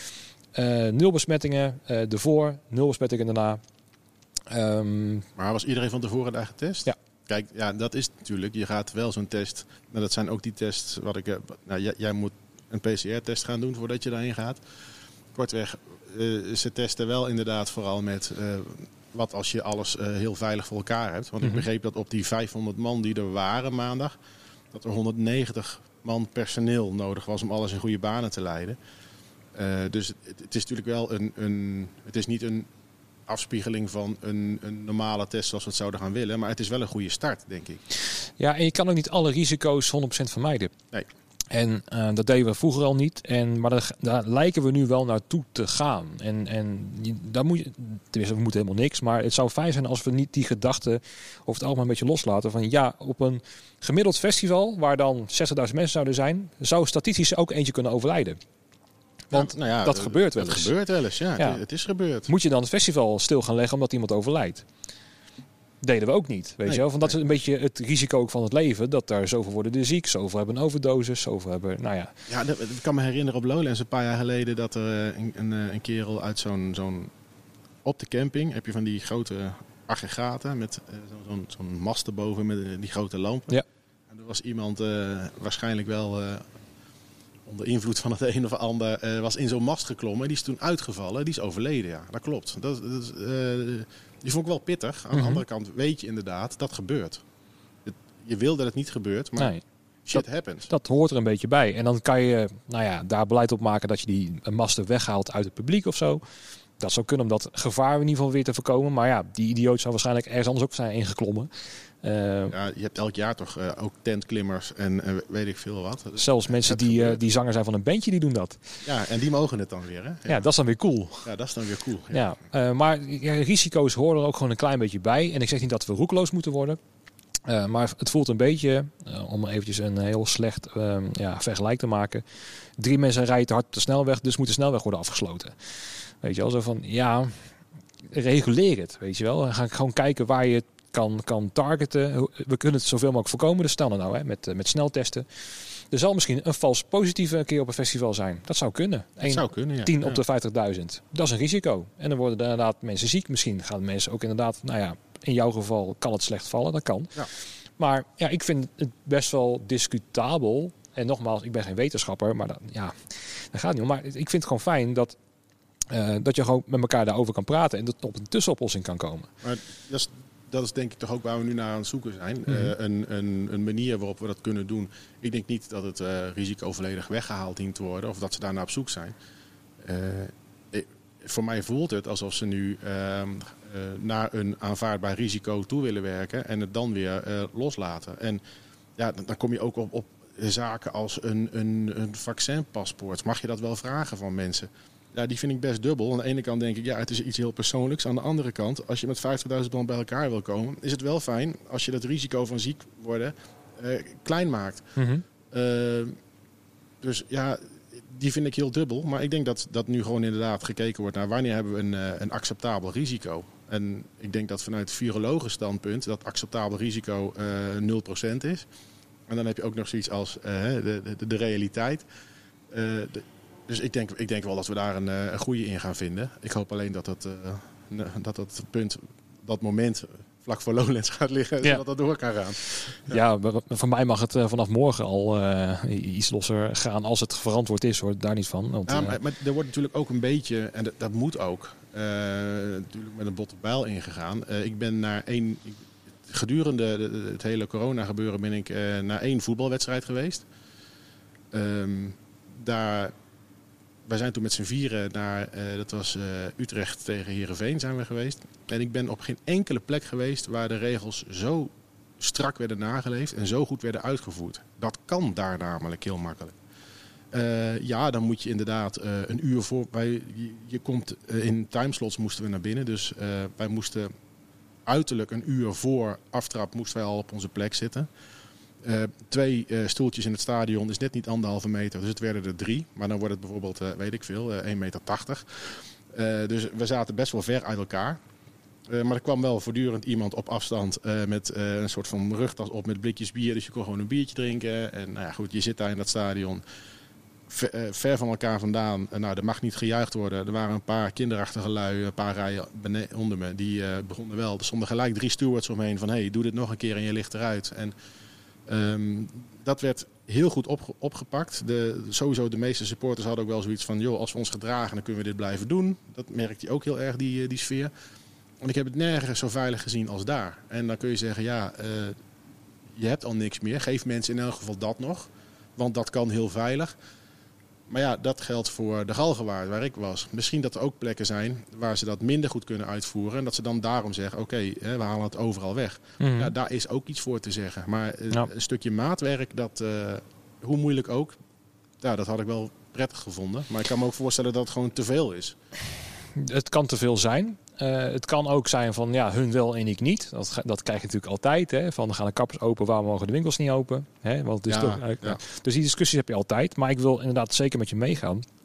Uh, nul besmettingen uh, ervoor, nul besmettingen daarna. Um, maar was iedereen van tevoren daar getest? Ja. Kijk, ja, dat is natuurlijk. Je gaat wel zo'n test. Nou, dat zijn ook die tests wat ik. Nou, jij, jij moet een P C R-test gaan doen voordat je daarheen gaat. Kortweg, uh, ze testen wel inderdaad vooral met uh, wat als je alles uh, heel veilig voor elkaar hebt. Want mm-hmm. ik begreep dat op die vijfhonderd man die er waren maandag, dat er honderdnegentig man personeel nodig was om alles in goede banen te leiden. Uh, dus het, het is natuurlijk wel een, een. Het is niet een afspiegeling van een, een normale test zoals we het zouden gaan willen. Maar het is wel een goede start, denk ik. Ja, en je kan ook niet alle risico's honderd procent vermijden. Nee. En uh, dat deden we vroeger al niet. En, maar daar, daar lijken we nu wel naartoe te gaan. En, en daar moet je, tenminste, we moeten helemaal niks. Maar het zou fijn zijn als we niet die gedachten over het algemeen een beetje loslaten. Van ja, op een gemiddeld festival, waar dan zestigduizend mensen zouden zijn, zou statistisch ook eentje kunnen overlijden. Want ja, nou ja, dat gebeurt wel dat eens. gebeurt wel eens, ja. ja. Het, het is gebeurd. Moet je dan het festival stil gaan leggen omdat iemand overlijdt? deden we ook niet. Weet Nee, je wel? Van dat nee. is een beetje het risico ook van het leven. Dat daar zoveel worden er ziek, zoveel hebben een overdosis, zoveel hebben, nou ja. Ja, dat- ik kan me herinneren op Lowlands een paar jaar geleden dat er eh, een, een, eh, een kerel uit zo'n, zo'n... Op de camping heb je van die grote aggregaten met eh, zo- zo'n, zo'n mast erboven met eh, die grote lampen. Ja. En er was iemand eh, waarschijnlijk wel eh, onder invloed van het een of ander, eh, was in zo'n mast geklommen. Die is toen uitgevallen, die is overleden, ja. Dat klopt. Dat, dat, is, eh, die vond ik wel pittig. Aan Mhm. de andere kant weet je inderdaad, dat gebeurt. Het, je wil dat het niet gebeurt, maar Nee. shit happens. Dat hoort er een beetje bij. En dan kan je nou ja, daar beleid op maken dat je die masten weghaalt uit het publiek of zo. Dat zou kunnen om dat gevaar in ieder geval weer te voorkomen. Maar ja, die idioot zou waarschijnlijk ergens anders ook zijn ingeklommen. Uh, Ja, je hebt elk jaar toch uh, ook tentklimmers en uh, weet ik veel wat. Dus zelfs mensen die, uh, die zanger zijn van een bandje, die doen dat. Ja, en die mogen het dan weer. Hè? Ja. Ja, dat is dan weer cool. Ja, dat is dan weer cool. Ja, ja uh, maar ja, risico's horen er ook gewoon een klein beetje bij. En ik zeg niet dat we roekeloos moeten worden. Uh, maar het voelt een beetje, uh, om eventjes een heel slecht uh, ja, vergelijk te maken. Drie mensen rijden te hard op de snelweg, dus moet de snelweg worden afgesloten. Weet je wel, zo van, ja, reguleer het, weet je wel. En ga gewoon kijken waar je het kan, kan targeten. We kunnen het zoveel mogelijk voorkomen. Dus stel nou hè, met, met sneltesten. Er zal misschien een vals positieve een keer op een festival zijn. Dat zou kunnen. Dat zou kunnen, ja. tien op ja. de vijftigduizend. Dat is een risico. En dan worden er inderdaad mensen ziek. Misschien gaan mensen ook inderdaad, nou ja, in jouw geval kan het slecht vallen. Dat kan. Ja. Maar ja, ik vind het best wel discutabel. En nogmaals, ik ben geen wetenschapper. Maar dat, ja, dat gaat niet om. Maar ik vind het gewoon fijn dat Uh, dat je gewoon met elkaar daarover kan praten en dat op een tussenoplossing kan komen. Maar dat is, dat is denk ik toch ook waar we nu naar aan het zoeken zijn. Mm-hmm. Uh, een, een, een manier waarop we dat kunnen doen. Ik denk niet dat het uh, risico volledig weggehaald dient te worden of dat ze daarna op zoek zijn. Uh, ik, voor mij voelt het alsof ze nu uh, uh, naar een aanvaardbaar risico toe willen werken en het dan weer uh, loslaten. En ja, dan, dan kom je ook op, op zaken als een, een, een vaccinpaspoort. Mag je dat wel vragen van mensen? Ja, die vind ik best dubbel. Aan de ene kant denk ik, ja, het is iets heel persoonlijks. Aan de andere kant, als je met vijftigduizend man bij elkaar wil komen, is het wel fijn als je dat risico van ziek worden uh, klein maakt. Mm-hmm. Uh, dus ja, die vind ik heel dubbel. Maar ik denk dat, dat nu gewoon inderdaad gekeken wordt naar wanneer hebben we een, uh, een acceptabel risico. En ik denk dat vanuit virologisch standpunt dat acceptabel risico uh, nul procent is. En dan heb je ook nog zoiets als uh, de, de, de realiteit. Uh, de, Dus ik denk, ik denk wel dat we daar een, een goede in gaan vinden. Ik hoop alleen dat dat, uh, dat, dat punt, dat moment vlak voor Lowlands gaat liggen. Ja. Zodat dat door kan gaan. Ja, ja van mij mag het uh, vanaf morgen al uh, iets losser gaan als het verantwoord is. Hoor, daar niet van. Want, ja, uh, maar, maar er wordt natuurlijk ook een beetje, en dat, dat moet ook, uh, natuurlijk met een botte bijl ingegaan. Uh, ik ben naar één, gedurende de, de, het hele corona gebeuren ben ik uh, naar één voetbalwedstrijd geweest. Um, daar... Wij zijn toen met z'n vieren naar, uh, dat was uh, Utrecht tegen Heerenveen zijn we geweest. En ik ben op geen enkele plek geweest waar de regels zo strak werden nageleefd en zo goed werden uitgevoerd. Dat kan daar namelijk heel makkelijk. Uh, ja, dan moet je inderdaad uh, een uur voor... Wij, je, je komt uh, in timeslots moesten we naar binnen. Dus uh, wij moesten uiterlijk een uur voor aftrap moesten wij al op onze plek zitten. Uh, twee uh, stoeltjes in het stadion is net niet anderhalve meter, dus het werden er drie. Maar dan wordt het bijvoorbeeld, uh, weet ik veel, uh, één meter tachtig. Uh, dus we zaten best wel ver uit elkaar. Uh, maar er kwam wel voortdurend iemand op afstand uh, met uh, een soort van rugtas op met blikjes bier. Dus je kon gewoon een biertje drinken. En nou ja, goed, je zit daar in dat stadion ver, uh, ver van elkaar vandaan. Uh, nou, er mag niet gejuicht worden. Er waren een paar kinderachtige lui, een paar rijen beneden, onder me. Die uh, begonnen wel. Er stonden gelijk drie stewards omheen van, hé, hey, doe dit nog een keer en je ligt eruit. En Um, dat werd heel goed opge- opgepakt. De, sowieso de meeste supporters hadden ook wel zoiets van, joh, als we ons gedragen, dan kunnen we dit blijven doen. Dat merkte je ook heel erg, die, die sfeer. En ik heb het nergens zo veilig gezien als daar. En dan kun je zeggen, ja, uh, je hebt al niks meer. Geef mensen in elk geval dat nog. Want dat kan heel veilig. Maar ja, dat geldt voor de Galgenwaard, waar ik was. Misschien dat er ook plekken zijn waar ze dat minder goed kunnen uitvoeren. En dat ze dan daarom zeggen, oké, okay, we halen het overal weg. Mm-hmm. Ja, daar is ook iets voor te zeggen. Maar uh, ja. een stukje maatwerk, dat, uh, hoe moeilijk ook, ja, dat had ik wel prettig gevonden. Maar ik kan me ook voorstellen dat het gewoon te veel is. Het kan te veel zijn. Uh, het kan ook zijn van, ja, hun wel en ik niet. Dat, dat krijg je natuurlijk altijd. Hè? Van, dan gaan de kappers open, waarom mogen de winkels niet open? Hè? Want het is ja, toch, uh, ja. Dus die discussies heb je altijd. Maar ik wil inderdaad zeker met je meegaan.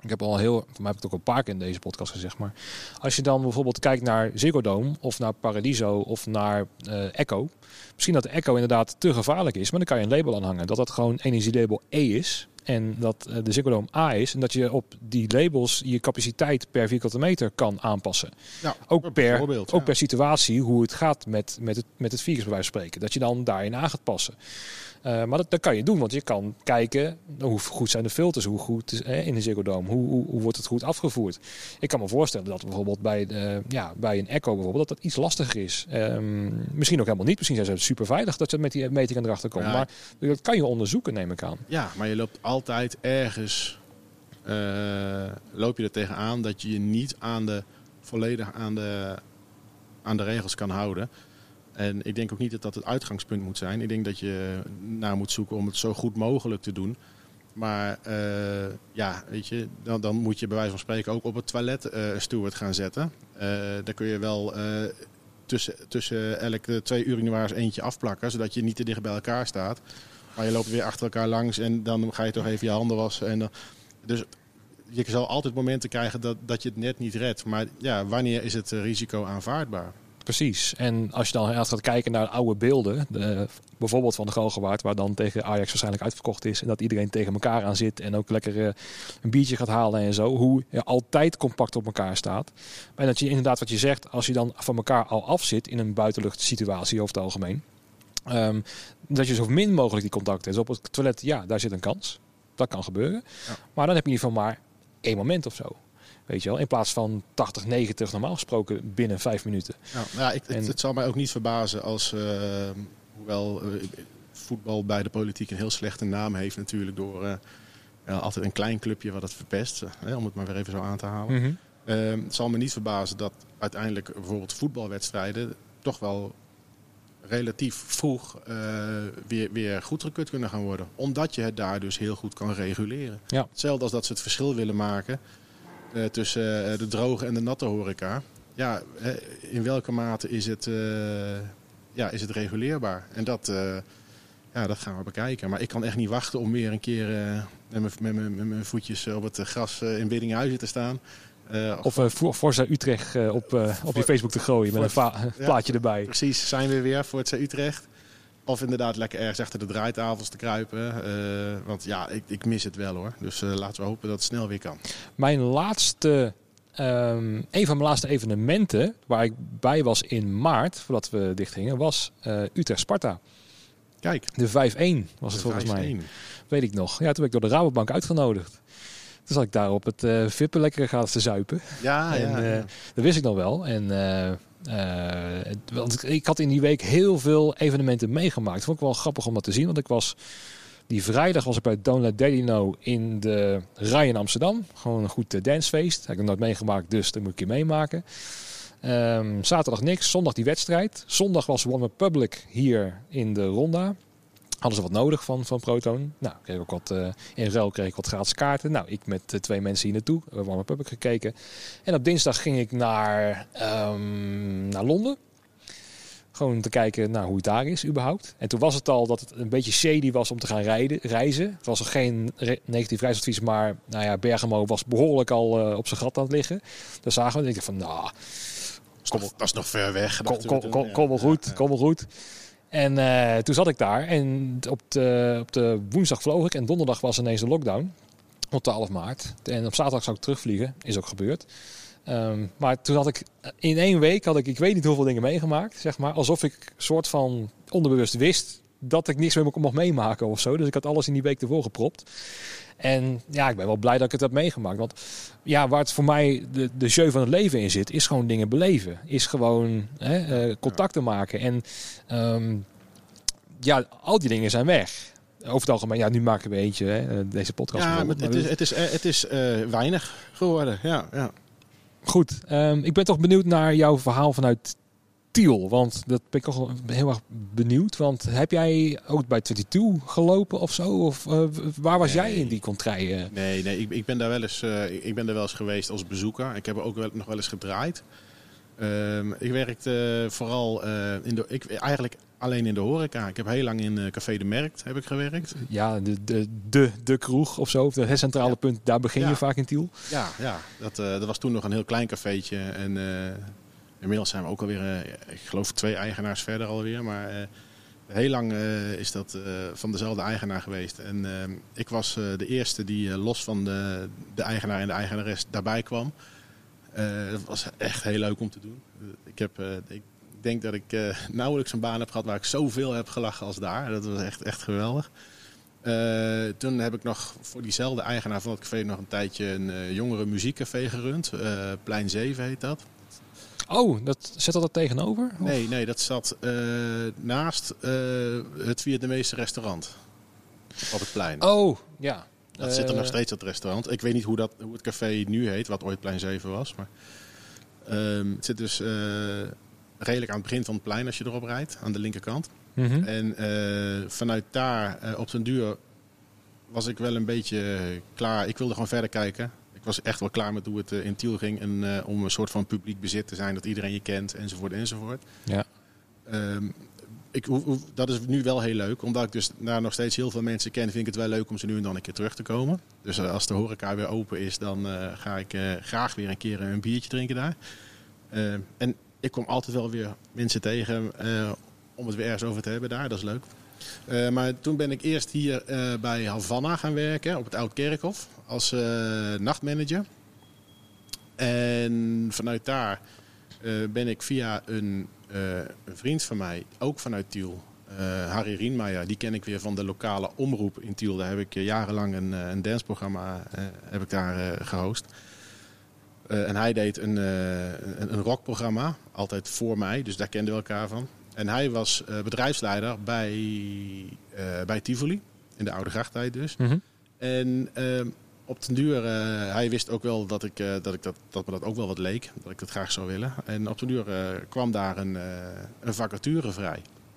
Ik heb al heel, voor mij heb ik het ook al een paar keer in deze podcast gezegd, maar als je dan bijvoorbeeld kijkt naar Ziggo Dome of naar Paradiso of naar uh, Echo, misschien dat de Echo inderdaad te gevaarlijk is, maar dan kan je een label aanhangen dat dat gewoon energielabel E is en dat uh, de Ziggo Dome A is en dat je op die labels je capaciteit per vierkante meter kan aanpassen. Ja, ook per, ook ja. per situatie hoe het gaat met, met, het, met het virus bij wijze van spreken. Dat je dan daarin aan gaat passen. Uh, maar dat, dat kan je doen, want je kan kijken hoe goed zijn de filters, hoe goed is, eh, in de Ziggo Dome, hoe, hoe, hoe wordt het goed afgevoerd. Ik kan me voorstellen dat bijvoorbeeld bij, de, ja, bij een Echo bijvoorbeeld dat dat iets lastiger is. Um, misschien ook helemaal niet, misschien zijn ze super veilig dat ze met die metingen erachter komen. Ja. Maar dat kan je onderzoeken, neem ik aan. Ja, maar je loopt altijd ergens, uh, loop je er tegenaan dat je je niet aan de, volledig aan de, aan de regels kan houden. En ik denk ook niet dat dat het uitgangspunt moet zijn. Ik denk dat je naar moet zoeken om het zo goed mogelijk te doen. Maar uh, ja, weet je, dan, dan moet je bij wijze van spreken ook op het toilet uh, een steward gaan zetten. Uh, daar kun je wel uh, tussen, tussen elke twee urinoirs eentje afplakken, zodat je niet te dicht bij elkaar staat. Maar je loopt weer achter elkaar langs en dan ga je toch even je handen wassen. En dan, dus je zal altijd momenten krijgen dat, dat je het net niet redt. Maar ja, wanneer is het risico aanvaardbaar? Precies. En als je dan gaat kijken naar oude beelden, de, bijvoorbeeld van de Galgenwaard, waar dan tegen Ajax waarschijnlijk uitverkocht is en dat iedereen tegen elkaar aan zit en ook lekker uh, een biertje gaat halen en zo, hoe je altijd compact op elkaar staat. En dat je inderdaad wat je zegt, als je dan van elkaar al af zit in een buitenluchtsituatie over het algemeen, um, dat je zo min mogelijk die contacten hebt. Dus op het toilet, ja, daar zit een kans. Dat kan gebeuren. Ja. Maar dan heb je in ieder geval maar één moment of zo. Weet je wel, in plaats van tachtig, negentig normaal gesproken binnen vijf minuten. Ja, ja, ik, het, en, het zal mij ook niet verbazen als, uh, hoewel uh, voetbal bij de politiek een heel slechte naam heeft natuurlijk door uh, uh, altijd een klein clubje wat het verpest, uh, om het maar weer even zo aan te halen. Mm-hmm. Uh, het zal me niet verbazen dat uiteindelijk bijvoorbeeld voetbalwedstrijden toch wel relatief vroeg uh, weer, weer goedgekeurd kunnen gaan worden. Omdat je het daar dus heel goed kan reguleren. Ja. Hetzelfde als dat ze het verschil willen maken Uh, tussen uh, de droge en de natte horeca. Ja, uh, in welke mate is het, uh, ja, is het reguleerbaar? En dat, uh, ja, dat gaan we bekijken. Maar ik kan echt niet wachten om weer een keer uh, met mijn voetjes op het gras uh, in Biddinghuizen te staan. Uh, of of uh, Forza Utrecht uh, op, uh, op je Facebook te gooien met een va- ja, plaatje erbij. Precies, zijn we weer Forza Utrecht. Of inderdaad lekker ergens achter de draaitafels te kruipen. Uh, want ja, ik, ik mis het wel hoor. Dus uh, laten we hopen dat het snel weer kan. Mijn laatste, um, een van mijn laatste evenementen waar ik bij was in maart, voordat we dicht gingen, was uh, Utrecht-Sparta. Kijk. De vijf-één was het volgens mij. Weet ik nog. Ja, toen werd ik door de Rabobank uitgenodigd. Toen zat ik daar op het uh, vippen lekker gaan te zuipen. Ja, en, ja, uh, ja. Dat wist ik nog wel. En uh, Uh, want ik had in die week heel veel evenementen meegemaakt. Vond ik wel grappig om dat te zien. Want ik was die vrijdag was ik bij Don't Let Daddy Know in de Rai in Amsterdam. Gewoon een goed uh, dancefeest. Heb ik nog nooit meegemaakt, dus dat moet ik een keer meemaken. Um, zaterdag niks. Zondag die wedstrijd. Zondag was One Republic hier in de Ronda. Hadden ze wat nodig van, van Proton. Nou, kreeg ik ook wat, uh, in ruil kreeg ik wat gratis kaarten. Nou, ik met uh, twee mensen hier naartoe. We hebben One Republic gekeken. En op dinsdag ging ik naar, um, naar Londen. Gewoon te kijken naar hoe het daar is überhaupt. En toen was het al dat het een beetje shady was om te gaan rijden, reizen. Het was nog geen re- negatief reisadvies, maar nou ja, Bergamo was behoorlijk al uh, op zijn gat aan het liggen. Daar zagen we en ik dacht van, nou... Kom, dat is nog ver weg. Kom, kom, kom, kom wel goed, ja, ja. kom wel goed. En uh, toen zat ik daar en op de, op de woensdag vloog ik en donderdag was ineens de lockdown. Op twaalf maart. En op zaterdag zou ik terugvliegen. Is ook gebeurd. Um, maar toen had ik in één week, had ik, ik weet niet hoeveel dingen meegemaakt. Zeg maar, alsof ik soort van onderbewust wist dat ik niks meer mocht meemaken of zo. Dus ik had alles in die week ervoor gepropt. En ja, ik ben wel blij dat ik het heb meegemaakt. Want ja, waar het voor mij de, de jeu van het leven in zit, is gewoon dingen beleven. Is gewoon hè, uh, contacten maken. En um, ja, al die dingen zijn weg. Over het algemeen, ja, nu maken we eentje, hè, deze podcast. Ja, maar het is, het is, het is uh, weinig geworden, ja. ja. Goed, um, ik ben toch benieuwd naar jouw verhaal vanuit Tiel. Want dat ben ik toch heel erg benieuwd. Want heb jij ook bij tweeëntwintig gelopen of zo? Of uh, waar was nee. jij in die contraien? Nee, nee ik, ik ben daar wel eens, uh, ik ben daar wel eens geweest als bezoeker. Ik heb er ook wel, nog wel eens gedraaid. Um, ik werkte uh, vooral uh, in de, ik, eigenlijk alleen in de horeca. Ik heb heel lang in uh, Café de Merkt heb ik gewerkt. Ja, de, de, de, de kroeg of zo. Het centrale ja. punt, daar begin ja. je vaak in Tiel. Ja, ja. Dat, uh, dat was toen nog een heel klein cafeetje. En uh, inmiddels zijn we ook alweer, uh, ik geloof twee eigenaars verder alweer. Maar uh, heel lang uh, is dat uh, van dezelfde eigenaar geweest. En uh, ik was uh, de eerste die uh, los van de, de eigenaar en de eigenares daarbij kwam. Uh, dat was echt heel leuk om te doen. Ik, heb, uh, ik denk dat ik uh, nauwelijks een baan heb gehad waar ik zoveel heb gelachen als daar. Dat was echt, echt geweldig. Uh, toen heb ik nog voor diezelfde eigenaar van het café nog een tijdje een uh, jongere muziekcafé gerund. Uh, Plein zeven heet dat. Oh, dat, zit dat er tegenover? Of? Nee, nee, dat zat uh, naast uh, het Vietnamese restaurant. Op het plein. Oh, ja. Dat uh, zit er nog steeds, dat restaurant. Ik weet niet hoe, dat, hoe het café nu heet, wat ooit Plein zeven was. Maar, uh, het zit dus uh, redelijk aan het begin van het plein als je erop rijdt, aan de linkerkant. Mm-hmm. En uh, vanuit daar, uh, op den duur, was ik wel een beetje klaar. Ik wilde gewoon verder kijken. Ik was echt wel klaar met hoe het uh, in Tiel ging. En uh, om een soort van publiek bezit te zijn, dat iedereen je kent, enzovoort, enzovoort. Ja. Um, ik, dat is nu wel heel leuk. Omdat ik dus daar nog steeds heel veel mensen ken, vind ik het wel leuk om ze nu en dan een keer terug te komen. Dus uh, als de horeca weer open is, dan uh, ga ik uh, graag weer een keer een biertje drinken daar. Uh, en ik kom altijd wel weer mensen tegen uh, om het weer ergens over te hebben daar. Dat is leuk. Uh, maar toen ben ik eerst hier uh, bij Havana gaan werken, op het Oud Kerkhof, als uh, nachtmanager. En vanuit daar uh, ben ik via een, uh, een vriend van mij, ook vanuit Tiel, uh, Harry Rienmeijer, die ken ik weer van de lokale omroep in Tiel. Daar heb ik uh, jarenlang een, uh, een danceprogramma uh, heb ik daar uh, gehost. Uh, en hij deed een, uh, een, een rockprogramma, altijd voor mij, dus daar kenden we elkaar van. En hij was uh, bedrijfsleider bij, uh, bij Tivoli, in de Oude Grachttijd dus. Mm-hmm. En uh, op den duur, uh, hij wist ook wel dat, ik, uh, dat, ik dat, dat me dat ook wel wat leek, dat ik dat graag zou willen. En op den duur uh, kwam daar een, uh, een vacature vrij.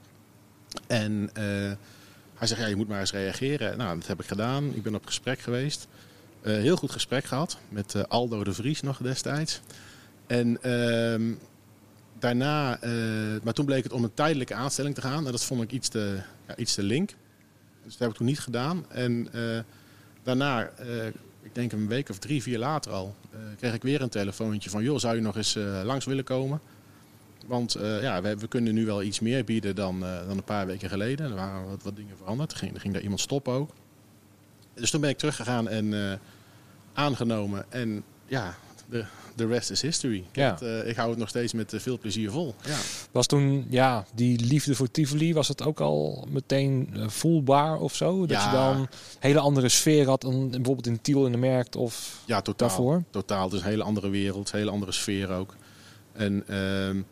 En uh, hij zegt, ja, je moet maar eens reageren. Nou, dat heb ik gedaan. Ik ben op gesprek geweest. Uh, heel goed gesprek gehad met uh, Aldo de Vries nog destijds. En uh, daarna, uh, maar toen bleek het om een tijdelijke aanstelling te gaan. En dat vond ik iets te, ja, iets te link. Dus dat heb ik toen niet gedaan. En uh, daarna, uh, ik denk een week of drie, vier later al, uh, kreeg ik weer een telefoontje van, joh, zou je nog eens uh, langs willen komen? Want uh, ja, we, we kunnen nu wel iets meer bieden dan, uh, dan een paar weken geleden. Er waren wat, wat dingen veranderd. Er ging, er ging daar iemand stoppen ook. Dus toen ben ik teruggegaan en uh, aangenomen. En ja, de, de rest is history. Ja. Het, uh, ik hou het nog steeds met uh, veel plezier vol. Ja. Was toen, ja, die liefde voor Tivoli, was het ook al meteen uh, voelbaar of zo? Dat ja. je dan een hele andere sfeer had dan bijvoorbeeld in Tiel in de Markt of ja, totaal, daarvoor? Totaal. Het is een hele andere wereld, een hele andere sfeer ook. En uh, uh,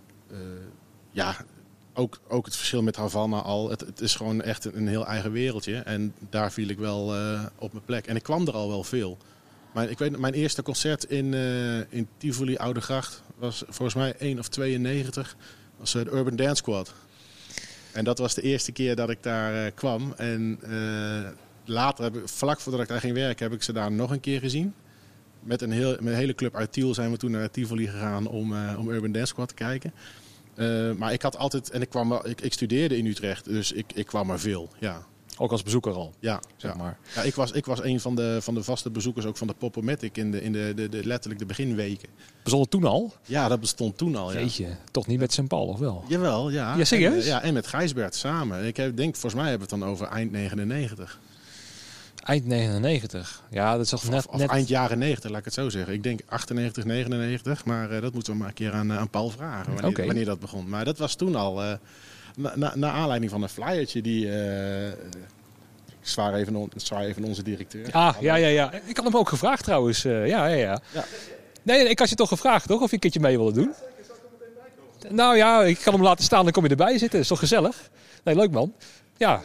ja... Ook, ook het verschil met Havana al. Het, het is gewoon echt een, een heel eigen wereldje. En daar viel ik wel uh, op mijn plek. En ik kwam er al wel veel. Maar ik weet, mijn eerste concert in, uh, in Tivoli Oudegracht was volgens mij één of tweeënnegentig. Was uh, de Urban Dance Squad. En dat was de eerste keer dat ik daar uh, kwam. En uh, later, heb ik, vlak voordat ik daar ging werken, heb ik ze daar nog een keer gezien. Met een, heel, met een hele club uit Tiel zijn we toen naar Tivoli gegaan om, uh, om Urban Dance Squad te kijken. Uh, maar ik had altijd, en ik, kwam, ik, ik studeerde in Utrecht, dus ik, ik kwam er veel. Ja. Ook als bezoeker al? Ja, zeg ja. maar. Ja, ik, was, ik was een van de, van de vaste bezoekers ook van de Pop-O-Matic in, de, in de, de, de, letterlijk de beginweken. Bestond het toen al? Ja, dat bestond toen al. Ja. Jeetje, toch niet met Saint Paul, of wel? Jawel, ja. Ja, serieus? En, ja, en met Gijsbert samen. Ik heb, denk, volgens mij hebben we het dan over eind negenennegentig. Eind negenennegentig. Ja, dat is toch net, of, of net... eind jaren negentig, laat ik het zo zeggen. Ik denk achtennegentig, negenennegentig. Maar uh, dat moeten we maar een keer aan, uh, aan Paul vragen. Wanneer, okay. wanneer dat begon. Maar dat was toen al. Uh, na, na, na aanleiding van een flyertje die... Uh, ik zwaar even, on, zwaar even onze directeur. Ah, ja, ja, ja. Ik had hem ook gevraagd trouwens. Uh, ja, ja, ja, ja. Nee, ik had je toch gevraagd, toch? Of je een keertje mee wilde doen? Nou ja, ik kan hem laten staan. Dan kom je erbij zitten. Dat is toch gezellig? Nee, leuk man. Ja.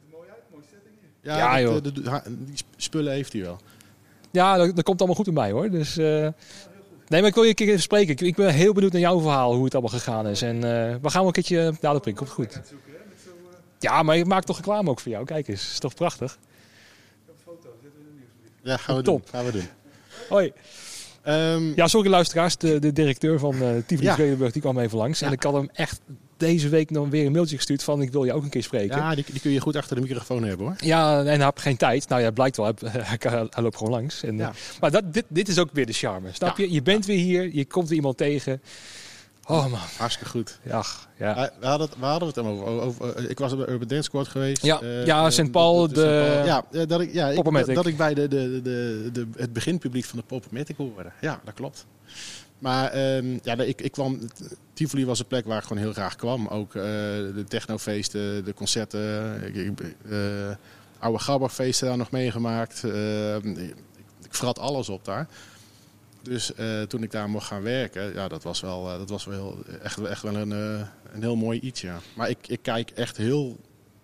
Ja, ja joh. De, de, de, die spullen heeft hij wel. Ja, dat, dat komt allemaal goed in mij hoor. Dus, uh... nee, maar ik wil je een keer even spreken. Ik, ik ben heel benieuwd naar jouw verhaal, hoe het allemaal gegaan is. En uh, we gaan wel een keertje naar de print. Komt goed. Ja, maar ik maak toch reclame ook voor jou. Kijk eens, is toch prachtig? Ik heb een foto, zetten we in de nieuwsbrief. Ja, gaan we Top. doen. Gaan we doen. Hoi. Um, ja, sorry luisteraars. De, de directeur van uh, Tivoli ja. Vredenburg die kwam even langs. Ja. En ik had hem echt deze week nog weer een mailtje gestuurd van ik wil je ook een keer spreken. Ja, die, die kun je goed achter de microfoon hebben hoor. Ja, en hij had geen tijd. Nou ja, blijkt wel. Hij, hij, hij loopt gewoon langs. En, ja. uh, maar dat, dit, dit is ook weer de charme. Snap ja. je? Je bent ja. weer hier. Je komt weer iemand tegen. Oh man. Hartstikke goed. Ja, ja. We, hadden het, we hadden het over, over, over. Ik was op de Urban Dance Squad geweest. Ja, uh, ja Saint Paul. De, de, de ja, dat ik, ja ik, dat, dat ik bij de, de, de, de, het beginpubliek van de Pop-O-Matic hoorde. Ja, dat klopt. Maar um, ja, ik, ik kwam, Tivoli was een plek waar ik gewoon heel graag kwam. Ook uh, de technofeesten, de concerten. Ik, uh, oude Gabberfeesten daar nog meegemaakt. Uh, ik, ik vrat alles op daar. Dus uh, toen ik daar mocht gaan werken, ja, dat was wel, uh, dat was wel heel, echt, echt wel een, uh, een heel mooi iets. Ja. Maar ik, ik kijk echt heel,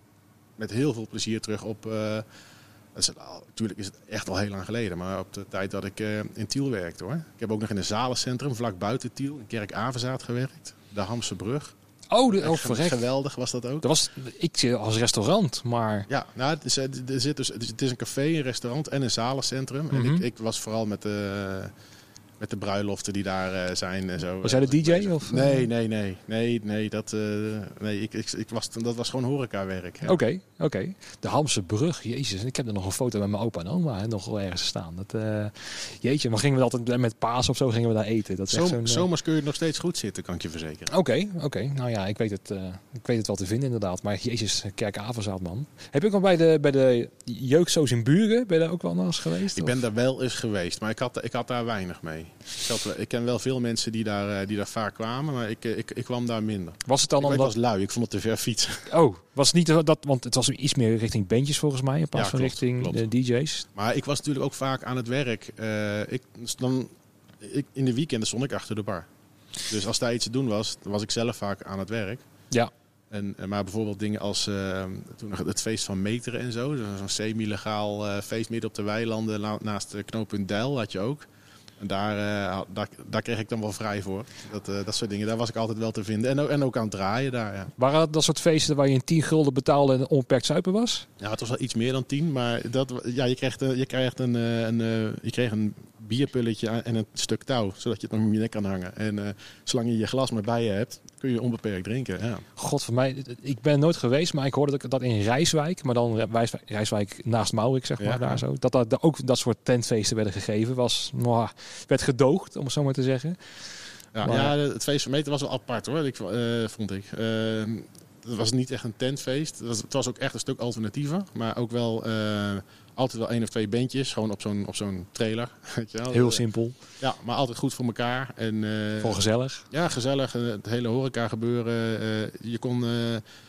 met heel veel plezier terug op... Uh, dat is, nou, natuurlijk is het echt al heel lang geleden, maar op de tijd dat ik uh, in Tiel werkte hoor. Ik heb ook nog in een zalencentrum vlak buiten Tiel, in Kerk-Avezaath gewerkt. De Hamse Brug. Oh, de, oh verrekt. Geweldig was dat ook. Dat was ik als restaurant, maar... Ja, nou, het, is, er zit dus, het is een café, een restaurant en een zalencentrum. Mm-hmm. En ik, ik was vooral met de... Uh, Met de bruiloften die daar uh, zijn en zo. Was jij de D J? Of? Nee, nee, nee. Nee, nee, dat, uh, nee ik, ik, ik was, dat was gewoon horecawerk. Oké, ja. oké. Okay, okay. De Hamse Brug, jezus. Ik heb er nog een foto met mijn opa en oma hè, nog wel ergens staan. Dat, uh, jeetje, maar gingen we altijd met paas of zo gingen we daar eten. Dat is Zom, echt zo'n, uh... Zomers kun je nog steeds goed zitten, kan ik je verzekeren. Oké, okay, oké. Okay. Nou ja, ik weet, het, uh, ik weet het wel te vinden inderdaad. Maar jezus, Kerk-Avezaath, man. Heb je ook al bij de, bij de jeugdsoos in Buren, ben je daar ook wel nog eens geweest? Ik of? ben daar wel eens geweest, maar ik had, ik had daar weinig mee. Ik, had, ik ken wel veel mensen die daar, die daar vaak kwamen, maar ik, ik, ik kwam daar minder. Was het dan ik omdat... was lui, ik vond het te ver fietsen. Oh, was het niet dat, want het was iets meer richting bandjes volgens mij, in plaats ja, van klopt, richting klopt. de D J's. Maar ik was natuurlijk ook vaak aan het werk. Uh, ik, dan, ik, in de weekenden stond ik achter de bar. Dus als daar iets te doen was, dan was ik zelf vaak aan het werk. Ja. En, maar bijvoorbeeld dingen als uh, toen nog het feest van Meteren en zo. Zo'n semi-legaal uh, feest midden op de weilanden naast de knooppunt Deil had je ook. En daar, uh, daar, daar kreeg ik dan wel vrij voor. Dat, uh, dat soort dingen, daar was ik altijd wel te vinden. En ook, en ook aan het draaien daar, ja. Waren dat, dat soort feesten waar je een tien gulden betaalde en onbeperkt zuipen was? Ja, het was wel iets meer dan tien. Maar dat, ja, je, kreeg, je, krijgt een, een, een, je kreeg een bierpulletje en een stuk touw. Zodat je het nog om je nek kan hangen. En uh, zolang je je glas maar bij je hebt, kun je onbeperkt drinken. Ja. God, voor mij, ik ben nooit geweest, maar ik hoorde dat, dat in Rijswijk, maar dan Rijswijk naast Maurik, zeg maar, ja, daar ja. zo. Dat, dat ook dat soort tentfeesten werden gegeven. Was, nou, werd gedoogd, om het zo maar te zeggen. Ja, maar, ja het feest van Meteren was wel apart hoor, ik, uh, vond ik. Uh, het was niet echt een tentfeest. Het was, het was ook echt een stuk alternatiever. Maar ook wel uh, altijd wel één of twee bandjes. Gewoon op zo'n, op zo'n trailer. Weet je wel. Heel simpel. Ja, maar altijd goed voor elkaar. En, uh, Gewoon gezellig. Ja, gezellig. Het hele horeca gebeuren. Uh, je kon uh,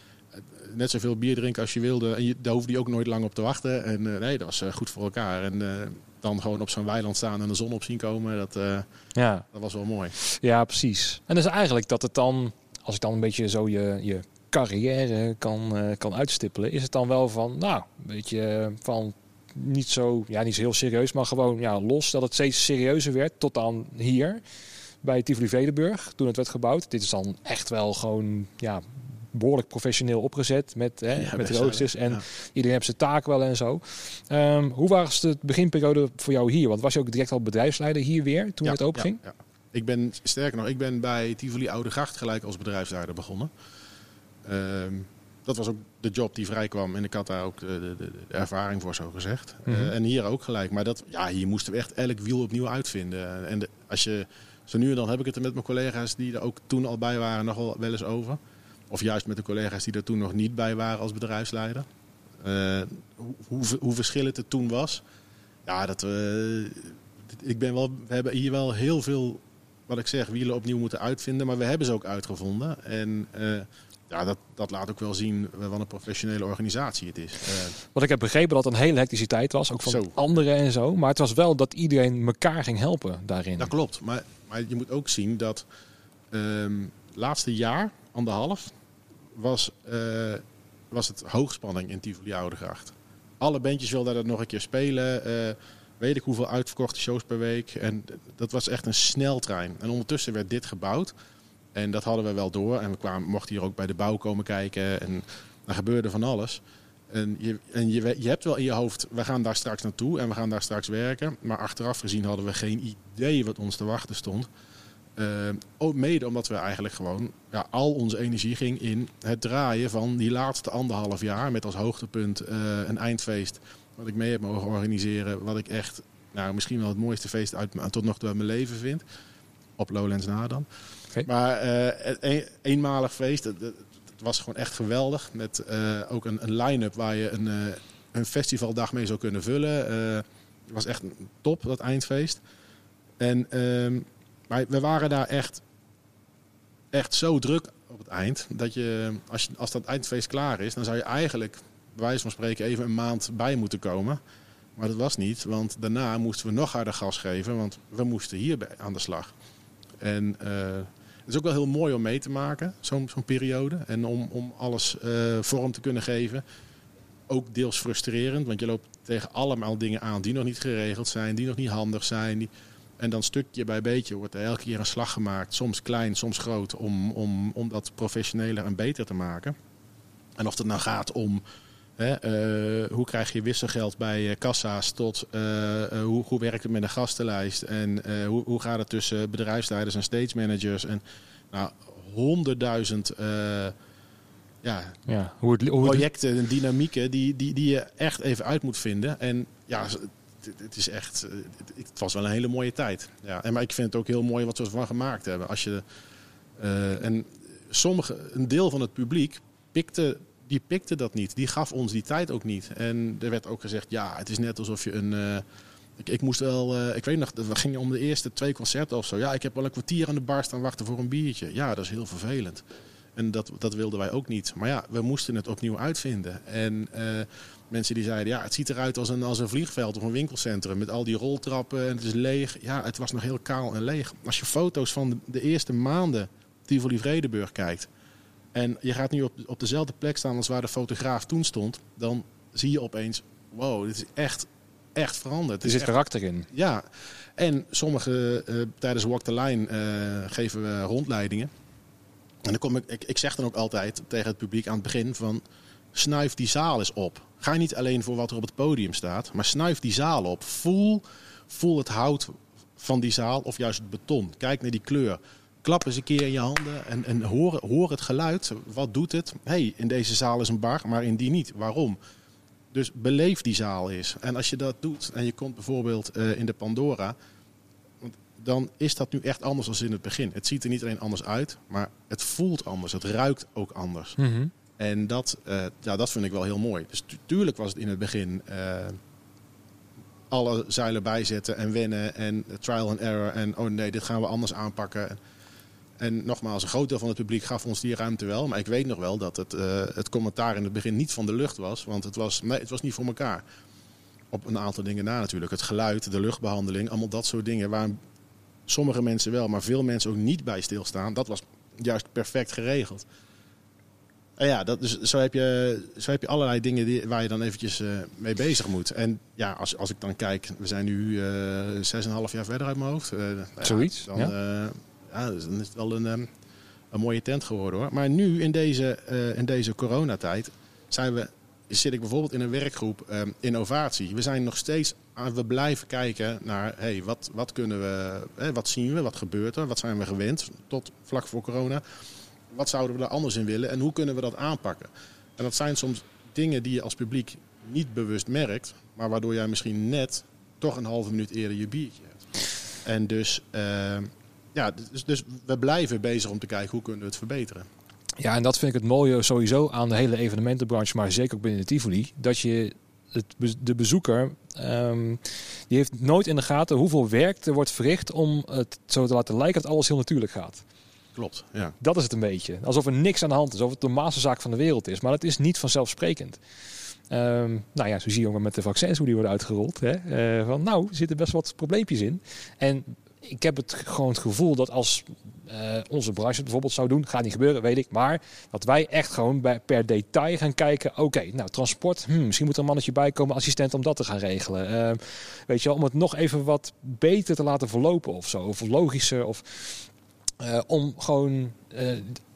net zoveel bier drinken als je wilde. En je, daar hoefde je ook nooit lang op te wachten. En uh, nee, dat was uh, goed voor elkaar. En uh, dan gewoon op zo'n weiland staan en de zon op zien komen. Dat, uh, ja. dat was wel mooi. Ja, precies. En dus eigenlijk dat het dan, als ik dan een beetje zo je... je carrière kan, uh, kan uitstippelen, is het dan wel van, nou, een beetje van niet zo, ja, niet zo heel serieus, maar gewoon ja, los, dat het steeds serieuzer werd, tot dan hier bij Tivoli Vredenburg, toen het werd gebouwd. Dit is dan echt wel gewoon, ja, behoorlijk professioneel opgezet met, hè, ja, met roosters en ja. Iedereen heeft zijn taak wel en zo. Um, hoe was de beginperiode voor jou hier? Want was je ook direct al bedrijfsleider hier weer, toen ja, het openging? Ja, ja. Ik ben, sterker nog, ik ben bij Tivoli Oudegracht gelijk als bedrijfsleider begonnen. Um, dat was ook de job die vrijkwam en ik had daar ook de, de, de ervaring voor, zo gezegd. Mm-hmm. Uh, en hier ook gelijk. Maar dat, ja, hier moesten we echt elk wiel opnieuw uitvinden. En de, als je, zo nu en dan heb ik het er met mijn collega's die er ook toen al bij waren nog wel, wel eens over. Of juist met de collega's die er toen nog niet bij waren als bedrijfsleider. Uh, hoe, hoe, hoe verschillend het toen was. Ja, dat we, ik ben wel, we hebben hier wel heel veel, wat ik zeg, wielen opnieuw moeten uitvinden. Maar we hebben ze ook uitgevonden. En... Uh, Ja, dat, dat laat ook wel zien wat een professionele organisatie het is. Uh, Wat ik heb begrepen dat het een hele hectische tijd was, ook van zo. anderen en zo. Maar het was wel dat iedereen elkaar ging helpen daarin. Dat klopt, maar, maar je moet ook zien dat um, laatste jaar, anderhalf, was, uh, was het hoogspanning in Tivoli Oudegracht. Alle bandjes wilden dat nog een keer spelen. Uh, weet ik hoeveel uitverkochte shows per week. En dat was echt een sneltrein. En ondertussen werd dit gebouwd. En dat hadden we wel door. En we kwamen, mochten hier ook bij de bouw komen kijken. En er gebeurde van alles. En, je, en je, je hebt wel in je hoofd, we gaan daar straks naartoe en we gaan daar straks werken. Maar achteraf gezien hadden we geen idee wat ons te wachten stond. Uh, ook mede omdat we eigenlijk gewoon... Ja, al onze energie ging in het draaien van die laatste anderhalf jaar... met als hoogtepunt uh, een eindfeest... wat ik mee heb mogen organiseren... wat ik echt nou, misschien wel het mooiste feest uit, tot nog toe uit mijn leven vind. Op Lowlands na dan. Okay. Maar uh, een, eenmalig feest... Het, het was gewoon echt geweldig. Met uh, ook een, een line-up waar je een, uh, een festivaldag mee zou kunnen vullen. Uh, het was echt top, dat eindfeest. En... Uh, Maar we waren daar echt, echt zo druk op het eind... dat je, als, je, als dat eindfeest klaar is... dan zou je eigenlijk, bij wijze van spreken... even een maand bij moeten komen. Maar dat was niet, want daarna moesten we nog harder gas geven... want we moesten hier aan de slag. En uh, het is ook wel heel mooi om mee te maken, zo'n, zo'n periode. En om, om alles uh, vorm te kunnen geven. Ook deels frustrerend, want je loopt tegen allemaal dingen aan... die nog niet geregeld zijn, die nog niet handig zijn... Die, En dan stukje bij beetje wordt er elke keer een slag gemaakt. Soms klein, soms groot. Om, om, om dat professioneler en beter te maken. En of het nou gaat om... Hè, uh, hoe krijg je wisselgeld bij uh, kassa's tot... Uh, uh, hoe, hoe werkt het met een gastenlijst? En uh, hoe, hoe gaat het tussen bedrijfsleiders en stage managers? En nou, honderdduizend... Uh, ja, ja, hoe het, hoe projecten en dynamieken die, die, die je echt even uit moet vinden. En ja... Het is echt, het was wel een hele mooie tijd. Ja, en maar ik vind het ook heel mooi wat we ervan gemaakt hebben. Als je, uh, en sommige, een deel van het publiek pikte, die pikte dat niet. Die gaf ons die tijd ook niet. En er werd ook gezegd, ja, het is net alsof je een... Uh, ik, ik moest wel, uh, ik weet nog, we gingen om de eerste twee concerten of zo. Ja, ik heb wel een kwartier aan de bar staan wachten voor een biertje. Ja, dat is heel vervelend. En dat, dat wilden wij ook niet. Maar ja, we moesten het opnieuw uitvinden. En... Uh, Mensen die zeiden, ja, het ziet eruit als een, als een vliegveld of een winkelcentrum. Met al die roltrappen en het is leeg. Ja, het was nog heel kaal en leeg. Als je foto's van de, de eerste maanden Tivoli Vredenburg kijkt... en je gaat nu op, op dezelfde plek staan als waar de fotograaf toen stond... dan zie je opeens, wow, dit is echt, echt veranderd. Er zit karakter in. Ja, en sommige uh, tijdens Walk the Line uh, geven we rondleidingen. En dan kom ik, ik, ik zeg dan ook altijd tegen het publiek aan het begin van... snuif die zaal eens op. Ga niet alleen voor wat er op het podium staat, maar snuif die zaal op. Voel, voel het hout van die zaal of juist het beton. Kijk naar die kleur. Klap eens een keer in je handen en, en hoor, hoor het geluid. Wat doet het? Hé, hey, in deze zaal is een bar, maar in die niet. Waarom? Dus beleef die zaal eens. En als je dat doet en je komt bijvoorbeeld uh, in de Pandora... dan is dat nu echt anders dan in het begin. Het ziet er niet alleen anders uit, maar het voelt anders. Het ruikt ook anders. Mm-hmm. En dat, uh, ja, dat vind ik wel heel mooi. Dus tu- tuurlijk was het in het begin uh, alle zeilen bijzetten en wennen en trial and error. En oh nee, dit gaan we anders aanpakken. En, en nogmaals, een groot deel van het publiek gaf ons die ruimte wel. Maar ik weet nog wel dat het, uh, het commentaar in het begin niet van de lucht was. Want het was, nee, het was niet voor elkaar. Op een aantal dingen na natuurlijk. Het geluid, de luchtbehandeling, allemaal dat soort dingen. Waar sommige mensen wel, maar veel mensen ook niet bij stilstaan. Dat was juist perfect geregeld. En ja, dat, dus zo, heb je, zo heb je allerlei dingen die, waar je dan eventjes uh, mee bezig moet. En ja, als, als ik dan kijk, we zijn nu uh, zes en een half jaar verder uit mijn hoofd. Uh, Zoiets, ja, dan, ja. Uh, ja, dus dan is het wel een, um, een mooie tent geworden hoor. Maar nu in deze, uh, in deze coronatijd zijn we, zit ik bijvoorbeeld in een werkgroep um, innovatie. We zijn nog steeds aan, we blijven kijken naar, hey, wat, wat kunnen we, hè, wat zien we, wat gebeurt er, wat zijn we gewend tot vlak voor corona. Wat zouden we daar anders in willen en hoe kunnen we dat aanpakken? En dat zijn soms dingen die je als publiek niet bewust merkt, maar waardoor jij misschien net toch een halve minuut eerder je biertje hebt. En dus, uh, ja, dus, dus we blijven bezig om te kijken hoe kunnen we het verbeteren. Ja, en dat vind ik het mooie sowieso aan de hele evenementenbranche, maar zeker ook binnen de Tivoli, dat je het, de bezoeker, um, die heeft nooit in de gaten hoeveel werk er wordt verricht om het zo te laten lijken dat alles heel natuurlijk gaat. Klopt, ja. Dat is het een beetje. Alsof er niks aan de hand is, alsof het de normaalste zaak van de wereld is. Maar dat is niet vanzelfsprekend. Um, nou ja, zo zie je ook met de vaccins hoe die worden uitgerold. Hè? Uh, van, nou, er zitten best wat probleempjes in. En ik heb het gewoon het gevoel dat als uh, onze branche het bijvoorbeeld zou doen, gaat niet gebeuren, weet ik. Maar dat wij echt gewoon bij, per detail gaan kijken. Oké, okay, nou transport, hmm, misschien moet er een mannetje bij komen, assistent om dat te gaan regelen. Uh, weet je wel, om het nog even wat beter te laten verlopen of zo. Of logischer of... Uh, om gewoon uh,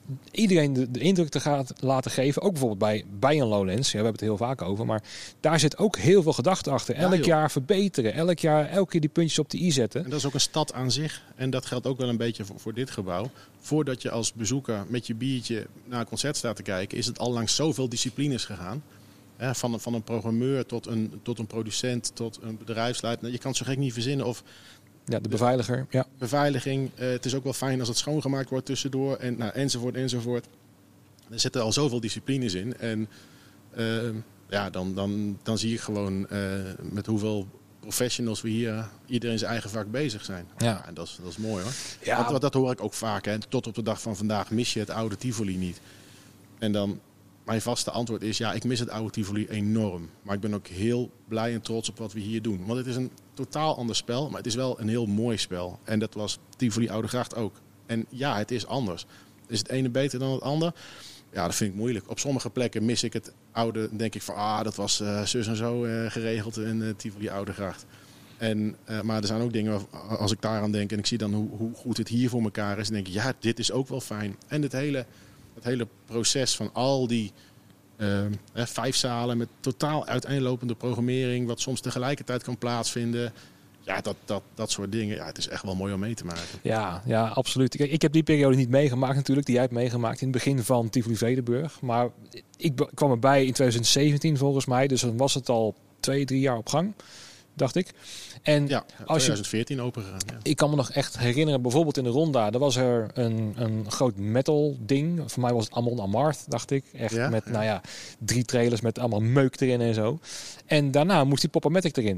iedereen de, de indruk te gaan laten geven. Ook bijvoorbeeld bij, bij een Lowlands. Ja, we hebben het er heel vaak over. Maar daar zit ook heel veel gedachte achter. Elk ja, jaar verbeteren. Elk jaar elke keer die puntjes op de i zetten. En dat is ook een stad aan zich. En dat geldt ook wel een beetje voor, voor dit gebouw. Voordat je als bezoeker met je biertje naar een concert staat te kijken, is het al langs zoveel disciplines gegaan. Ja, van, van een programmeur tot een, tot een producent, tot een bedrijfsleider. Je kan het zo gek niet verzinnen. Of ja, de beveiliger. Ja. Beveiliging. Uh, het is ook wel fijn als het schoongemaakt wordt tussendoor. En, nou, enzovoort, enzovoort. Er zitten al zoveel disciplines in. En uh, ja, dan, dan, dan zie je gewoon uh, met hoeveel professionals we hier iedereen zijn eigen vak bezig zijn. Ja. Ja, en dat is, dat is mooi hoor. Ja. Want dat hoor ik ook vaak. Hè. Tot op de dag van vandaag mis je het oude Tivoli niet. En dan, mijn vaste antwoord is, ja, ik mis het oude Tivoli enorm. Maar ik ben ook heel blij en trots op wat we hier doen. Want het is een totaal ander spel, maar het is wel een heel mooi spel. En dat was Tivoli Oudegracht ook. En ja, het is anders. Is het ene beter dan het ander? Ja, dat vind ik moeilijk. Op sommige plekken mis ik het oude, denk ik van, ah, dat was uh, zus en zo uh, geregeld in uh, Tivoli Oudegracht. En, uh, maar er zijn ook dingen, als ik daaraan denk en ik zie dan hoe, hoe goed het hier voor elkaar is, dan denk ik, ja, dit is ook wel fijn. En het hele, het hele proces van al die uh, hè, vijf zalen met totaal uiteenlopende programmering, wat soms tegelijkertijd kan plaatsvinden. Ja, dat, dat, dat soort dingen. Ja, het is echt wel mooi om mee te maken. Ja, ja, absoluut. Kijk, ik heb die periode niet meegemaakt natuurlijk, die jij hebt meegemaakt in het begin van Tivoli Vredenburg. Maar ik be- kwam erbij in twintig zeventien volgens mij, dus dan was het al twee, drie jaar op gang, dacht ik. En ja, als twintig veertien open gegaan. Ja. Ik kan me nog echt herinneren, bijvoorbeeld in de Ronda, daar was er een, een groot metal ding. Voor mij was het Amon Amarth, dacht ik. Echt ja, met, ja. nou ja, drie trailers met allemaal meuk erin en zo. En daarna moest die Pop-O-Matic erin.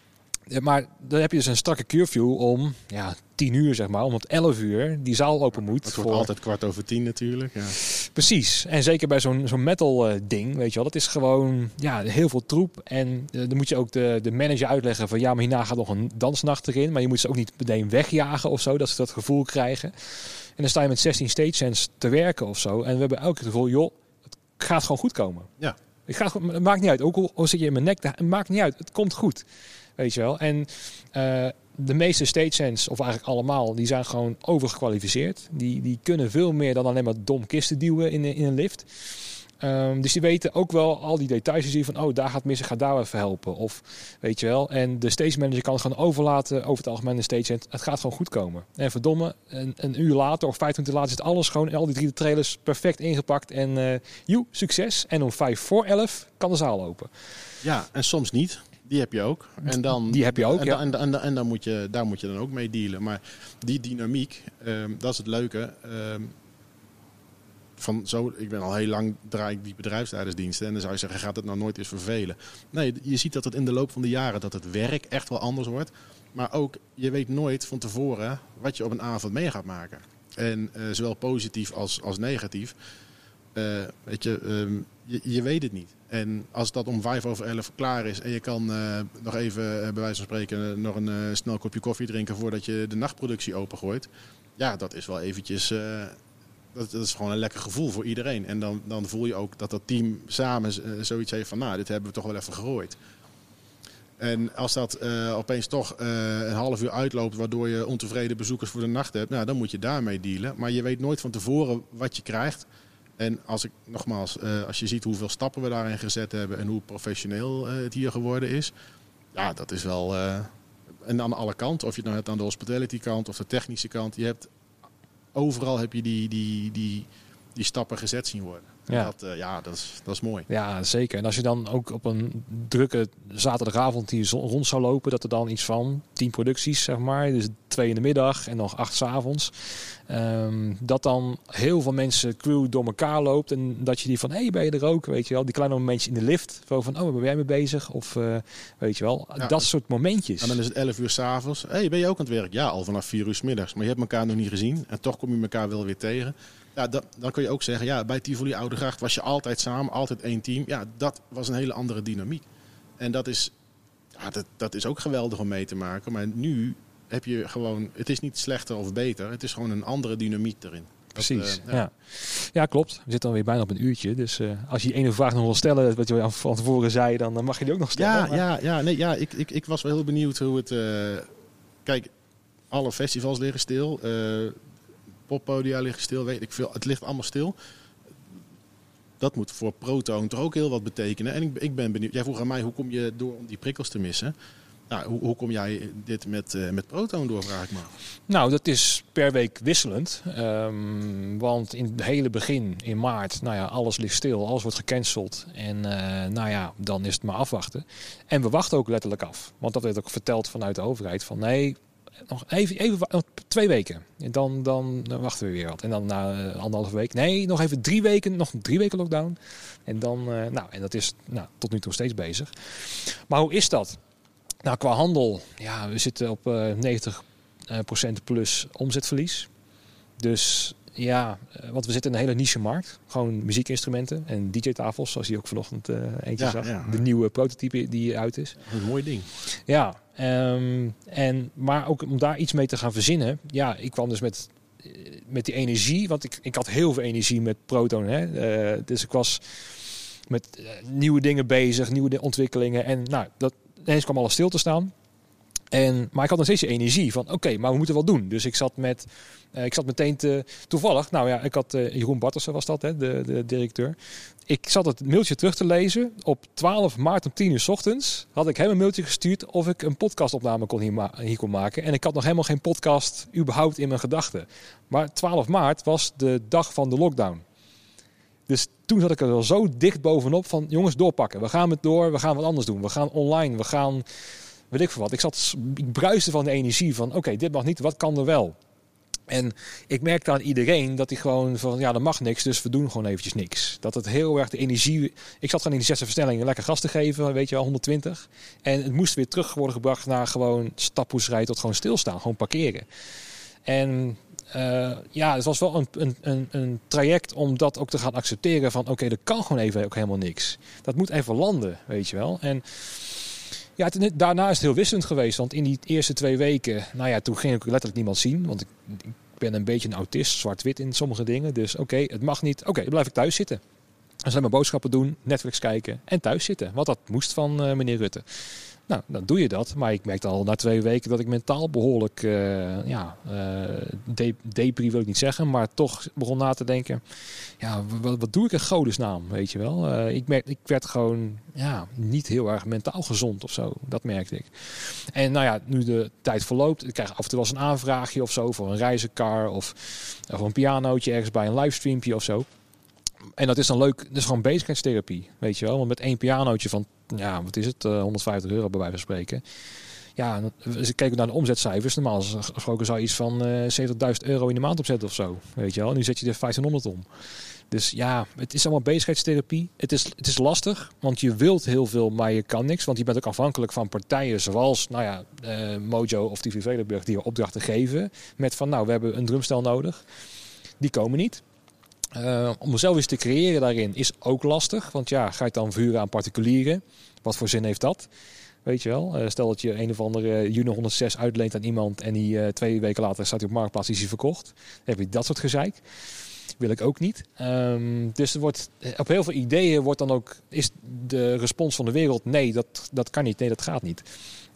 Maar dan heb je dus een strakke curfew om ja, tien uur, zeg maar, omdat elf uur die zaal open moet. Het wordt voor... altijd kwart over tien natuurlijk. Ja. Precies. En zeker bij zo'n zo'n metal uh, ding, weet je wel. Dat is gewoon ja, heel veel troep. En uh, dan moet je ook de, de manager uitleggen van ja, maar hierna gaat nog een dansnacht erin. Maar je moet ze ook niet meteen wegjagen of zo, dat ze dat gevoel krijgen. En dan sta je met zestien stagehands te werken of zo. En we hebben elke keer het gevoel, joh, het gaat gewoon goed komen. Ja. Het, gaat, het maakt niet uit. Ook al, al zit je in mijn nek, het maakt niet uit. Het komt goed. Weet je wel. En uh, de meeste stagehands, of eigenlijk allemaal, die zijn gewoon overgekwalificeerd. Die, die kunnen veel meer dan alleen maar dom kisten duwen in, in een lift. Um, dus die weten ook wel al die details. Die van, oh, daar gaat mis, ik ga daar even helpen. Of, weet je wel. En de stage manager kan het gewoon overlaten over het algemeen de stagehand. Het gaat gewoon goed komen. En verdomme, een, een uur later of vijfentwintig later zit alles gewoon, al die drie trailers perfect ingepakt. En uh, joe, succes. En om vijf voor elf kan de zaal open. Ja, en soms niet. Die heb je ook. En dan, die heb je ook, en, ja. En, en, en, en dan moet je, daar moet je dan ook mee dealen. Maar die dynamiek, um, dat is het leuke. Um, van zo, ik ben al heel lang draai ik die bedrijfsleidersdiensten. En dan zou je zeggen, gaat het nou nooit eens vervelen? Nee, je ziet dat het in de loop van de jaren, dat het werk echt wel anders wordt. Maar ook, je weet nooit van tevoren wat je op een avond mee gaat maken. En uh, zowel positief als, als negatief. Uh, weet je, um, je, je weet het niet. En als dat om vijf over elf klaar is en je kan uh, nog even, uh, bij wijze van spreken, uh, nog een uh, snel kopje koffie drinken voordat je de nachtproductie opengooit. Ja, dat is wel eventjes, uh, dat, dat is gewoon een lekker gevoel voor iedereen. En dan, dan voel je ook dat dat team samen uh, zoiets heeft van, nou, dit hebben we toch wel even gegooid. En als dat uh, opeens toch uh, een half uur uitloopt, waardoor je ontevreden bezoekers voor de nacht hebt, nou, dan moet je daarmee dealen. Maar je weet nooit van tevoren wat je krijgt. En als ik nogmaals, uh, als je ziet hoeveel stappen we daarin gezet hebben en hoe professioneel uh, het hier geworden is, ja, dat is wel. Uh, en aan alle kanten, of je het nou hebt aan de hospitality kant of de technische kant, je hebt overal heb je die, die, die, die stappen gezet zien worden. Ja, dat, uh, ja dat, is, dat is mooi. Ja, zeker. En als je dan ook op een drukke zaterdagavond hier rond zou lopen, dat er dan iets van tien producties, zeg maar, dus twee in de middag en nog acht 's avonds, um, dat dan heel veel mensen, crew, door elkaar loopt en dat je die van, hé, hey, ben je er ook, weet je wel, die kleine momentjes in de lift, van, oh, waar ben jij mee bezig? Of, uh, weet je wel, ja, dat soort momentjes. En dan is het elf uur 's avonds. Hé, hey, ben je ook aan het werk? Ja, al vanaf vier uur 's middags. Maar je hebt elkaar nog niet gezien en toch kom je elkaar wel weer tegen. Ja, dat, dan kun je ook zeggen, ja, bij Tivoli Oudegracht was je altijd samen, altijd één team. Ja, dat was een hele andere dynamiek. En dat is, ja, dat, dat is ook geweldig om mee te maken. Maar nu heb je gewoon, het is niet slechter of beter. Het is gewoon een andere dynamiek erin. Precies, dat, uh, ja. ja. Ja, klopt. We zitten alweer bijna op een uurtje. Dus uh, als je die ene vraag nog wil stellen, wat je van tevoren zei, dan mag je die ook nog stellen. Ja, maar... ja, ja, nee, ja ik, ik, ik was wel heel benieuwd hoe het... Uh, kijk, alle festivals liggen stil. Uh, poppodia liggen stil, weet ik veel. Het ligt allemaal stil. Dat moet voor Proton toch ook heel wat betekenen. En ik, ik ben benieuwd. Jij vroeg aan mij, hoe kom je door om die prikkels te missen? Nou, hoe, hoe kom jij dit met, uh, met Proton door, vraag ik me af. Nou, dat is per week wisselend. Um, want in het hele begin, in maart, nou ja, alles ligt stil. Alles wordt gecanceld. En uh, nou ja, dan is het maar afwachten. En we wachten ook letterlijk af. Want dat werd ook verteld vanuit de overheid. Van nee, nog even, even nog twee weken. En dan, dan, dan wachten we weer wat. En dan na uh, anderhalve week. Nee, nog even drie weken. Nog drie weken lockdown. En dan, uh, nou, en dat is nou, tot nu toe nog steeds bezig. Maar hoe is dat? Nou, qua handel, ja, we zitten op uh, negentig procent plus omzetverlies. Dus ja, uh, want we zitten in een hele niche markt. Gewoon muziekinstrumenten en D J-tafels, zoals je ook vanochtend uh, eentje ja, zag. Ja. De nieuwe prototype die uit is. Een mooi ding. Ja, um, en, maar ook om daar iets mee te gaan verzinnen. Ja, ik kwam dus met, met die energie. Want ik, ik had heel veel energie met Proton. Hè? Uh, dus ik was met uh, nieuwe dingen bezig, nieuwe ontwikkelingen. En nou, dat... ineens kwam alles stil te staan. En, maar ik had nog steeds die energie van oké, okay, maar we moeten wat doen. Dus ik zat met, uh, ik zat meteen te, toevallig, nou ja, ik had uh, Jeroen Bartelsen was dat, hè, de, de directeur. Ik zat het mailtje terug te lezen. Op twaalf maart om tien uur 's ochtends had ik hem een mailtje gestuurd of ik een podcastopname kon hier, ma- hier kon maken. En ik had nog helemaal geen podcast überhaupt in mijn gedachten. Maar twaalf maart was de dag van de lockdown. Dus toen zat ik er wel zo dicht bovenop van jongens, doorpakken. We gaan het door, we gaan wat anders doen. We gaan online, we gaan, weet ik veel wat. Ik zat, ik bruiste van de energie van oké, okay, dit mag niet, wat kan er wel? En ik merkte aan iedereen dat hij gewoon van ja, er mag niks, dus we doen gewoon eventjes niks. Dat het heel erg de energie... Ik zat gewoon in die zesde versnelling lekker gas te geven, weet je wel, honderdtwintig. En het moest weer terug worden gebracht naar gewoon stappoesrij tot gewoon stilstaan, gewoon parkeren. En... Uh, ja, het was wel een, een, een, een traject om dat ook te gaan accepteren van oké, okay, er kan gewoon even ook helemaal niks. Dat moet even landen, weet je wel. En ja, het, daarna is het heel wisselend geweest, want in die eerste twee weken, nou ja, toen ging ik letterlijk niemand zien, want ik, ik ben een beetje een autist, zwart-wit in sommige dingen. Dus oké, okay, het mag niet. Oké, okay, dan blijf ik thuis zitten. Dus alleen maar boodschappen doen, Netflix kijken en thuis zitten. Want dat moest van uh, meneer Rutte. Nou, dan doe je dat. Maar ik merkte al na twee weken dat ik mentaal behoorlijk... Uh, ja, uh, de- depri wil ik niet zeggen. Maar toch begon na te denken... Ja, wat, wat doe ik in godesnaam, weet je wel? Uh, ik, merk, ik werd gewoon ja, niet heel erg mentaal gezond of zo. Dat merkte ik. En nou ja, nu de tijd verloopt... Ik krijg af en toe wel eens een aanvraagje of zo... voor een reizenkar of, of een pianootje ergens bij een livestreampje of zo. En dat is dan leuk, dat is gewoon bezigheidstherapie, weet je wel. Want met één pianootje van, ja, wat is het, uh, honderdvijftig euro bij wijze van spreken. Ja, als ik keek naar de omzetcijfers, normaal gesproken zou je iets van uh, zeventigduizend euro in de maand opzetten of zo, weet je wel. Nu zet je er vijftienhonderd om. Dus ja, het is allemaal bezigheidstherapie. Het is, het is lastig, want je wilt heel veel, maar je kan niks. Want je bent ook afhankelijk van partijen zoals, nou ja, uh, Mojo of T V Vredenburg, die je opdrachten geven. Met van, nou, we hebben een drumstel nodig. Die komen niet. Uh, om zelf eens te creëren daarin is ook lastig. Want ja, ga je het dan verhuren aan particulieren? Wat voor zin heeft dat? Weet je wel? Uh, stel dat je een of andere Juno honderdzes uitleent aan iemand... en die uh, twee weken later staat hij op Marktplaats, is hij verkocht. Dan heb je dat soort gezeik. Wil ik ook niet. Um, dus er wordt, op heel veel ideeën wordt dan ook... is de respons van de wereld... nee, dat, dat kan niet. Nee, dat gaat niet.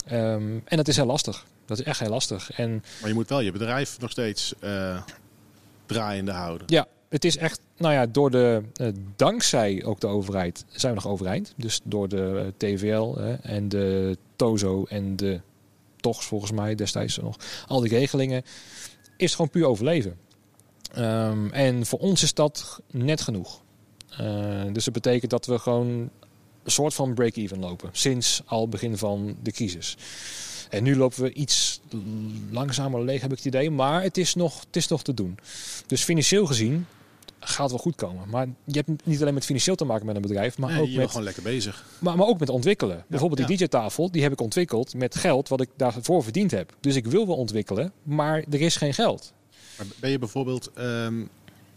Um, en dat is heel lastig. Dat is echt heel lastig. En, maar je moet wel je bedrijf nog steeds uh, draaiende houden. Ja. Het is echt, nou ja, door de, uh, dankzij ook de overheid zijn we nog overeind. Dus door de uh, T V L uh, en de Tozo en de Togs volgens mij destijds nog. Al die regelingen is het gewoon puur overleven. Um, en voor ons is dat net genoeg. Uh, dus dat betekent dat we gewoon een soort van break-even lopen. Sinds al het begin van de crisis. En nu lopen we iets langzamer leeg, heb ik het idee. Maar het is nog, het is nog te doen. Dus financieel gezien gaat het wel goed komen. Maar je hebt niet alleen met financieel te maken met een bedrijf. Maar nee, ook je bent met, gewoon lekker bezig. Maar, maar ook met ontwikkelen. Ja, Bijvoorbeeld die ja. D J-tafel, die heb ik ontwikkeld met geld wat ik daarvoor verdiend heb. Dus ik wil wel ontwikkelen, maar er is geen geld. Maar ben je bijvoorbeeld... Um,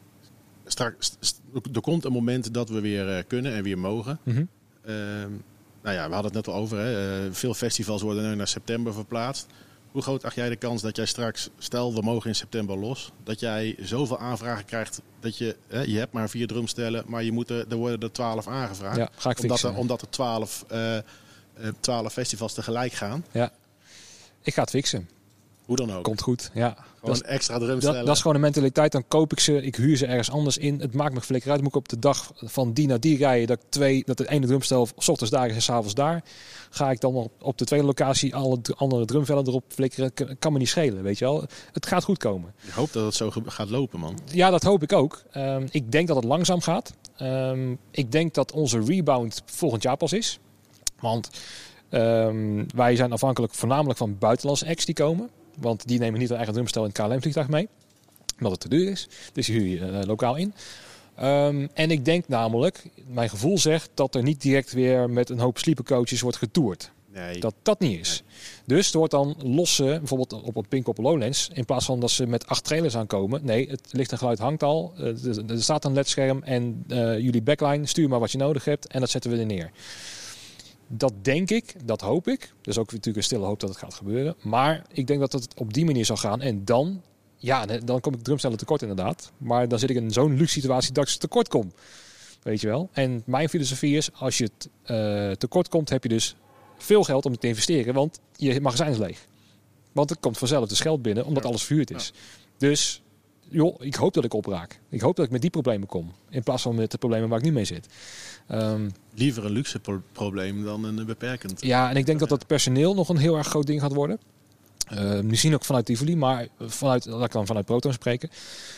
straks, st- er komt een moment dat we weer uh, kunnen en weer mogen. Mm-hmm. Um, nou ja, we hadden het net al over. Hè? Uh, veel festivals worden nu naar september verplaatst. Hoe groot acht jij de kans dat jij straks, stel we mogen in september los, dat jij zoveel aanvragen krijgt dat je, hè, je hebt maar vier drumstellen, maar je moet er, er worden er twaalf aangevraagd. Ja, ga ik omdat, fixen. er, omdat er twaalf, uh, twaalf festivals tegelijk gaan. Ja, ik ga het fixen. Hoe dan ook. Komt goed, ja. Gewoon dat is, extra drumstellen. Dat, dat is gewoon een mentaliteit. Dan koop ik ze, ik huur ze ergens anders in. Het maakt me flikker uit. Moet ik op de dag van die naar die rijden, dat ik twee, dat het ene drumstel 's ochtends daar is en 's avonds daar. Ga ik dan op, op de tweede locatie alle andere drumvellen erop flikkeren. Kan, kan me niet schelen, weet je wel. Het gaat goed komen. Ik hoop dat het zo gaat lopen, man. Ja, dat hoop ik ook. Um, ik denk dat het langzaam gaat. Um, ik denk dat onze rebound volgend jaar pas is. Want um, wij zijn afhankelijk voornamelijk van buitenlandse acts die komen. Want die nemen niet hun eigen drumstel in het K L M-vliegtuig mee. Omdat het te duur is. Dus die huur je uh, lokaal in. Um, en ik denk namelijk, mijn gevoel zegt dat er niet direct weer met een hoop sleepercoaches wordt getoerd. Nee. Dat dat niet is. Nee. Dus er wordt dan losse, bijvoorbeeld op een Pinkpop Lowlands, in plaats van dat ze met acht trailers aankomen. Nee, het licht en geluid hangt al. Uh, er staat een L E D-scherm en uh, jullie backline, stuur maar wat je nodig hebt en dat zetten we er neer. Dat denk ik, dat hoop ik. Dus ook natuurlijk een stille hoop dat het gaat gebeuren. Maar ik denk dat het op die manier zal gaan. En dan, ja, dan kom ik drumstellen tekort inderdaad. Maar dan zit ik in zo'n luxe situatie dat ik tekort kom. Weet je wel? En mijn filosofie is, als je het uh, tekort komt, heb je dus veel geld om te investeren. Want je magazijn is leeg. Want er komt vanzelf dus geld binnen, omdat ja. alles verhuurd is. Ja. Dus, joh, ik hoop dat ik opraak. Ik hoop dat ik met die problemen kom. In plaats van met de problemen waar ik nu mee zit. Um, Liever een luxe pro- probleem dan een beperkend. Ja, en ik denk dat dat personeel nog een heel erg groot ding gaat worden. Uh, misschien ook vanuit Tivoli, maar vanuit, laat ik dan vanuit Proton spreken.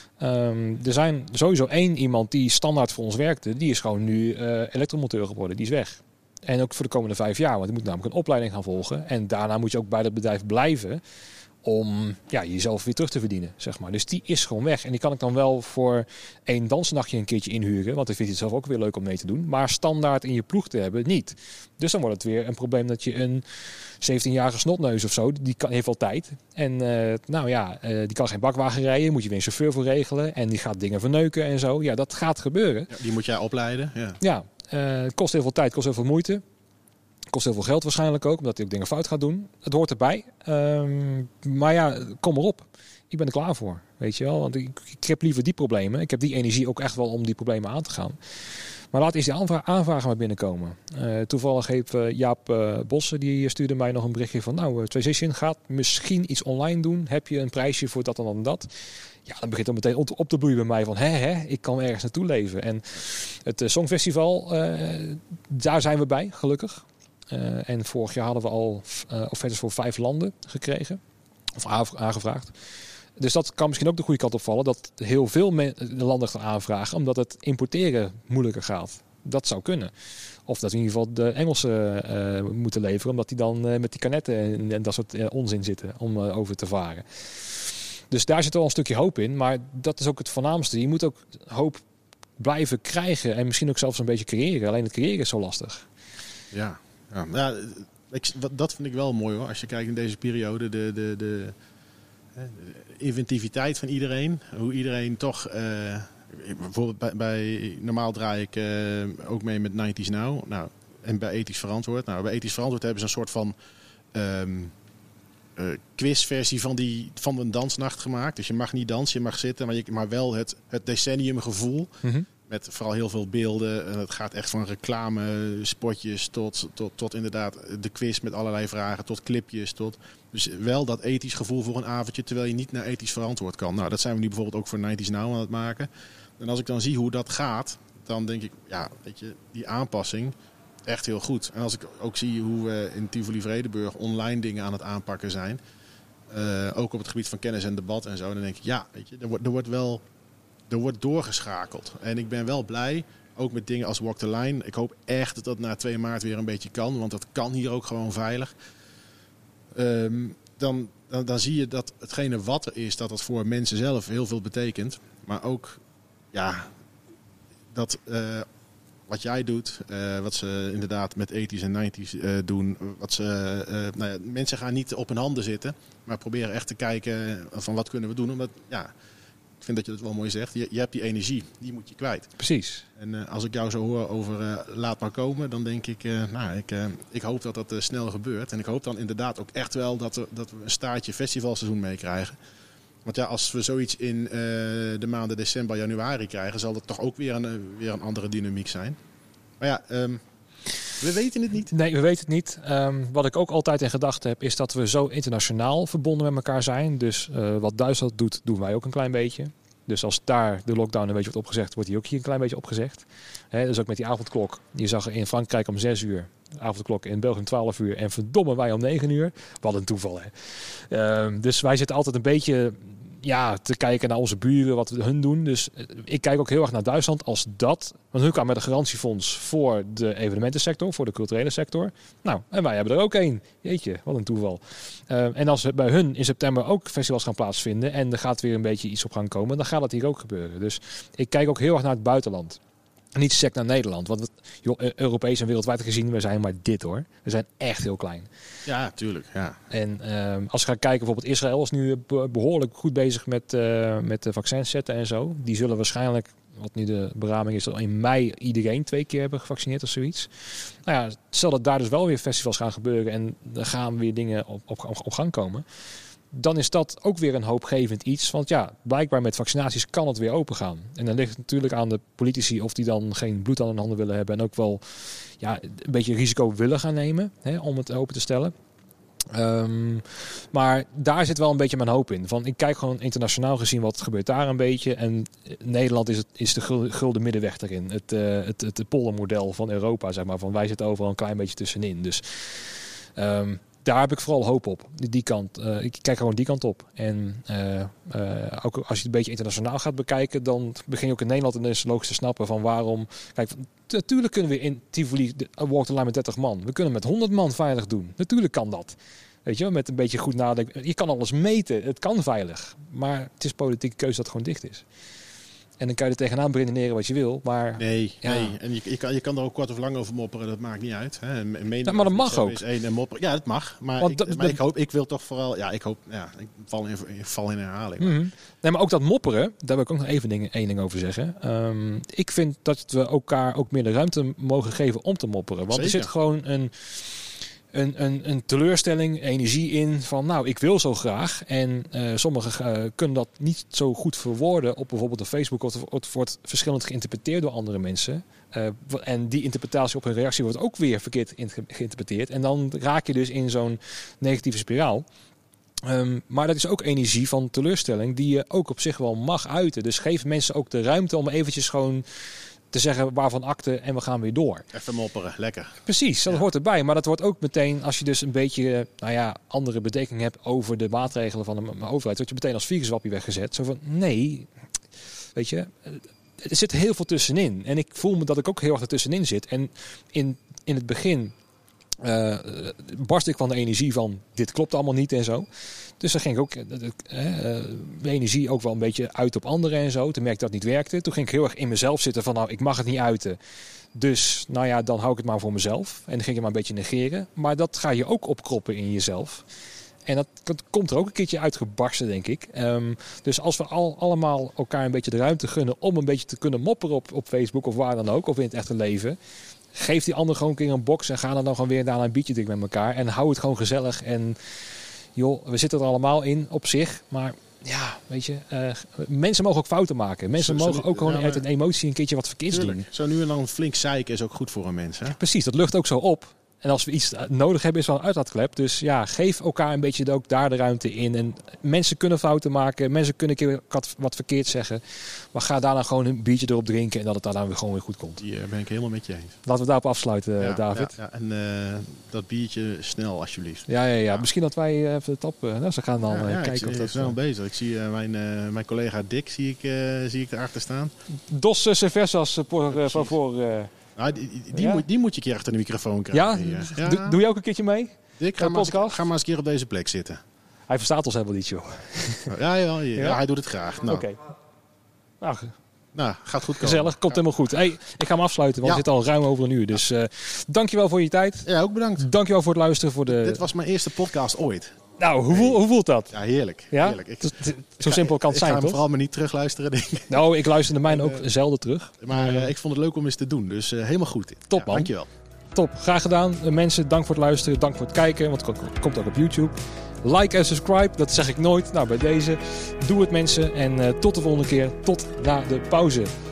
Um, er zijn sowieso één iemand die standaard voor ons werkte. Die is gewoon nu uh, elektromonteur geworden. Die is weg. En ook voor de komende vijf jaar. Want die moet namelijk een opleiding gaan volgen. En daarna moet je ook bij dat bedrijf blijven. Om ja, jezelf weer terug te verdienen, zeg maar. Dus die is gewoon weg. En die kan ik dan wel voor één dansnachtje een keertje inhuren. Want ik vind het zelf ook weer leuk om mee te doen. Maar standaard in je ploeg te hebben, niet. Dus dan wordt het weer een probleem dat je een zeventienjarige snotneus of zo, die kan, heeft wel tijd. En uh, nou ja, uh, die kan geen bakwagen rijden. Moet je weer een chauffeur voor regelen. En die gaat dingen verneuken en zo. Ja, dat gaat gebeuren. Ja, die moet jij opleiden. Ja, ja uh, het kost heel veel tijd, kost heel veel moeite. Kost heel veel geld waarschijnlijk ook, omdat hij ook dingen fout gaat doen. Het hoort erbij. Um, maar ja, kom erop. Ik ben er klaar voor, weet je wel. Want ik, ik heb liever die problemen. Ik heb die energie ook echt wel om die problemen aan te gaan. Maar laat eens die aanvra- aanvragen maar binnenkomen. Uh, toevallig heeft uh, Jaap uh, Bossen, die stuurde mij nog een berichtje van... nou, uh, Transition gaat misschien iets online doen. Heb je een prijsje voor dat en dan dat? Ja, dan begint het meteen op, op te bloeien bij mij van... hè, hè, ik kan ergens naartoe leven. En het uh, Songfestival, uh, daar zijn we bij, gelukkig. Uh, en vorig jaar hadden we al uh, offertes voor vijf landen gekregen. Of aangevraagd. Dus dat kan misschien ook de goede kant opvallen. Dat heel veel me- landen gaan aanvragen. Omdat het importeren moeilijker gaat. Dat zou kunnen. Of dat we in ieder geval de Engelsen uh, moeten leveren. Omdat die dan uh, met die kanetten en, en dat soort uh, onzin zitten. Om uh, over te varen. Dus daar zit wel een stukje hoop in. Maar dat is ook het voornaamste. Je moet ook hoop blijven krijgen. En misschien ook zelfs een beetje creëren. Alleen het creëren is zo lastig. Ja. Ja, ja ik, dat vind ik wel mooi hoor. Als je kijkt in deze periode, de, de, de, de inventiviteit van iedereen. Hoe iedereen toch, uh, bijvoorbeeld bij, bij, normaal draai ik uh, ook mee met nineties Now. Nou, en bij Ethisch Verantwoord. Nou, bij Ethisch Verantwoord hebben ze een soort van um, uh, quizversie van, die, van een dansnacht gemaakt. Dus je mag niet dansen, je mag zitten, maar, je, maar wel het, het decenniumgevoel. Mm-hmm. Met vooral heel veel beelden. En het gaat echt van reclame, spotjes tot, tot, tot inderdaad de quiz met allerlei vragen. Tot clipjes. Tot, dus wel dat ethisch gevoel voor een avondje. Terwijl je niet naar ethisch verantwoord kan. Nou, dat zijn we nu bijvoorbeeld ook voor nineties Now aan het maken. En als ik dan zie hoe dat gaat. Dan denk ik, ja, weet je, die aanpassing echt heel goed. En als ik ook zie hoe we in Tivoli Vredenburg online dingen aan het aanpakken zijn. Uh, ook op het gebied van kennis en debat en zo. Dan denk ik, ja, weet je, er wordt, er wordt wel... Er wordt doorgeschakeld. En ik ben wel blij, ook met dingen als Walk the Line. Ik hoop echt dat dat na twee maart weer een beetje kan. Want dat kan hier ook gewoon veilig. Um, dan, dan, dan zie je dat hetgene wat er is, dat dat voor mensen zelf heel veel betekent. Maar ook, ja, dat uh, wat jij doet, uh, wat ze inderdaad met ethisch en nineties uh, doen. Wat ze, uh, nou ja, mensen gaan niet op hun handen zitten, maar proberen echt te kijken van wat kunnen we doen. Omdat, ja... Ik vind dat je dat wel mooi zegt. Je, je hebt die energie, die moet je kwijt. Precies. En uh, als ik jou zo hoor over uh, laat maar komen, dan denk ik, uh, nou, ik, uh, ik hoop dat dat uh, snel gebeurt. En ik hoop dan inderdaad ook echt wel dat, er, dat we een staartje festivalseizoen meekrijgen. Want ja, als we zoiets in uh, de maanden december, januari krijgen, zal dat toch ook weer een, uh, weer een andere dynamiek zijn. Maar ja, um, We weten het niet. Nee, we weten het niet. Um, wat ik ook altijd in gedachten heb, is dat we zo internationaal verbonden met elkaar zijn. Dus uh, wat Duitsland doet, doen wij ook een klein beetje. Dus als daar de lockdown een beetje wordt opgezegd, wordt die ook hier een klein beetje opgezegd. Hè, dus ook met die avondklok. Je zag in Frankrijk om zes uur, avondklok in België om twaalf uur en verdomme wij om negen uur. Wat een toeval, hè. Um, dus wij zitten altijd een beetje ja, te kijken naar onze buren, wat hun doen. Dus ik kijk ook heel erg naar Duitsland als dat. Want hun kwamen met een garantiefonds voor de evenementensector, voor de culturele sector. Nou, en wij hebben er ook één. Jeetje, wat een toeval. Uh, en als bij hun in september ook festivals gaan plaatsvinden en er gaat weer een beetje iets op gang komen, dan gaat dat hier ook gebeuren. Dus ik kijk ook heel erg naar het buitenland. Niet sec naar Nederland. Want joh, Europees en wereldwijd gezien, we zijn maar dit hoor. We zijn echt heel klein. Ja, tuurlijk. Ja. En uh, als we gaan kijken, bijvoorbeeld Israël is nu behoorlijk goed bezig met, uh, met de vaccins zetten en zo. Die zullen waarschijnlijk, wat nu de beraming is, dat in mei iedereen twee keer hebben gevaccineerd of zoiets. Nou ja, stel dat daar dus wel weer festivals gaan gebeuren en er gaan weer dingen op, op, op gang komen. Dan is dat ook weer een hoopgevend iets. Want ja, blijkbaar met vaccinaties kan het weer open gaan. En dan ligt het natuurlijk aan de politici of die dan geen bloed aan hun handen willen hebben. En ook wel ja, een beetje risico willen gaan nemen, hè, om het open te stellen. Um, maar daar zit wel een beetje mijn hoop in. Van, ik kijk gewoon internationaal gezien wat gebeurt daar een beetje. En Nederland is, het, is de gulden middenweg erin. Het, uh, het, het, het poldermodel van Europa, zeg maar. Van wij zitten overal een klein beetje tussenin. Dus Um, daar heb ik vooral hoop op. Die, die kant. Uh, ik kijk gewoon die kant op. En uh, uh, ook als je het een beetje internationaal gaat bekijken, dan begin je ook in Nederland ineens logisch te snappen van waarom. Kijk, natuurlijk kunnen we in Tivoli walk the line met dertig man. We kunnen met honderd man veilig doen. Natuurlijk kan dat. Weet je, met een beetje goed nadenken. Je kan alles meten. Het kan veilig. Maar het is politieke keuze dat het gewoon dicht is. En dan kan je er tegenaan redeneren wat je wil. Maar, nee, ja. nee. En je, je, kan, je kan er ook kort of lang over mopperen. Dat maakt niet uit. Hè. Ja, maar dat mag ook. Is één en mopperen. Ja, dat mag. Maar, ik, dat, maar ik, hoop, ik wil toch vooral... Ja, ik hoop... Ja, ik val in, ik val in herhaling. Mm-hmm. Nee, maar ook dat mopperen, daar wil ik ook nog even ding, één ding over zeggen. Um, ik vind dat we elkaar ook meer de ruimte mogen geven om te mopperen. Want Zeker. Er zit gewoon een... Een, een, een teleurstelling, energie in van nou, ik wil zo graag. En uh, sommigen uh, kunnen dat niet zo goed verwoorden op bijvoorbeeld op Facebook. Of het wordt verschillend geïnterpreteerd door andere mensen. Uh, en die interpretatie op hun reactie wordt ook weer verkeerd geïnterpreteerd. En dan raak je dus in zo'n negatieve spiraal. Um, maar dat is ook energie van teleurstelling die je ook op zich wel mag uiten. Dus geef mensen ook de ruimte om eventjes gewoon te zeggen waarvan akte en we gaan weer door. Even mopperen, lekker. Precies, dat ja. hoort erbij. Maar dat wordt ook meteen, als je dus een beetje nou ja, andere bedenking hebt over de maatregelen van de overheid, word je meteen als viruswappie weggezet. Zo van, nee, weet je, er zit heel veel tussenin. En ik voel me dat ik ook heel erg ertussenin zit. En in, in het begin uh, barst ik van de energie van, dit klopt allemaal niet en zo. Dus dan ging ik ook uh, de energie ook wel een beetje uit op anderen en zo. Toen merkte dat het niet werkte. Toen ging ik heel erg in mezelf zitten van nou, ik mag het niet uiten. Dus nou ja, dan hou ik het maar voor mezelf. En dan ging ik het maar een beetje negeren. Maar dat ga je ook opkroppen in jezelf. En dat, dat komt er ook een keertje uitgebarsten, denk ik. Um, dus als we al, allemaal elkaar een beetje de ruimte gunnen om een beetje te kunnen mopperen op, op Facebook of waar dan ook, of in het echte leven. Geef die ander gewoon een keer een box en ga dan, dan gewoon weer naar een biertje drinken met elkaar. En hou het gewoon gezellig. En joh, we zitten er allemaal in op zich. Maar ja, weet je, uh, mensen mogen ook fouten maken. Mensen zo, mogen zo, ook gewoon ja, uit een emotie een keertje wat verkeerds tuurlijk. doen. Zo nu en dan flink zeiken is ook goed voor een mens. Hè? Ja, precies, dat lucht ook zo op. En als we iets nodig hebben, is wel een uitlaatklep. Dus ja, geef elkaar een beetje ook daar de ruimte in. En mensen kunnen fouten maken. Mensen kunnen een keer wat, wat verkeerd zeggen. Maar ga daarna gewoon een biertje erop drinken. En dat het daarna weer gewoon weer goed komt. Die ben ik helemaal met je eens. Laten we daarop afsluiten, ja, David. Ja, ja. En uh, dat biertje snel, alsjeblieft. Ja, ja, ja. ja. Misschien dat wij uh, even de tap... Uh, nou, ze gaan dan ja, ja, kijken ik, of dat... Ik ben al bezig. Ik zie uh, mijn, uh, mijn collega Dick zie ik, uh, zie ik erachter staan. Dos uh, Cervezas uh, voor... Uh, voor uh, Nou, die, die, die, ja. moet, die moet je een keer achter de microfoon krijgen. Ja? Ja. Doe, doe je ook een keertje mee? Ik ga, maar, ga maar eens een keer op deze plek zitten. Hij verstaat ons helemaal niet, joh. Ja, ja, ja, ja. ja hij doet het graag. Nou. Oké. Okay. Nou, nou, gaat goed komen. Gezellig, komt ja. helemaal goed. Hey, ik ga hem afsluiten, want ja. we zitten al ruim over een uur. Dus uh, dankjewel voor je tijd. Ja, ook bedankt. Dankjewel voor het luisteren. Voor de... Dit was mijn eerste podcast ooit. Nou, hoe, hey. hoe voelt dat? Ja, heerlijk. Ja? heerlijk. Ik, Zo ik ga, simpel kan het ik zijn, ga toch? vooral maar niet terugluisteren, denk ik. Nou, ik luisterde mijn ook uh, zelden terug. Maar uh, ik vond het leuk om eens te doen, dus uh, helemaal goed. Top, ja, man. Dankjewel. Top, graag gedaan. Uh, mensen, dank voor het luisteren, dank voor het kijken, want het komt ook op YouTube. Like en subscribe, dat zeg ik nooit. Nou, bij deze, doe het mensen en uh, tot de volgende keer. Tot na de pauze.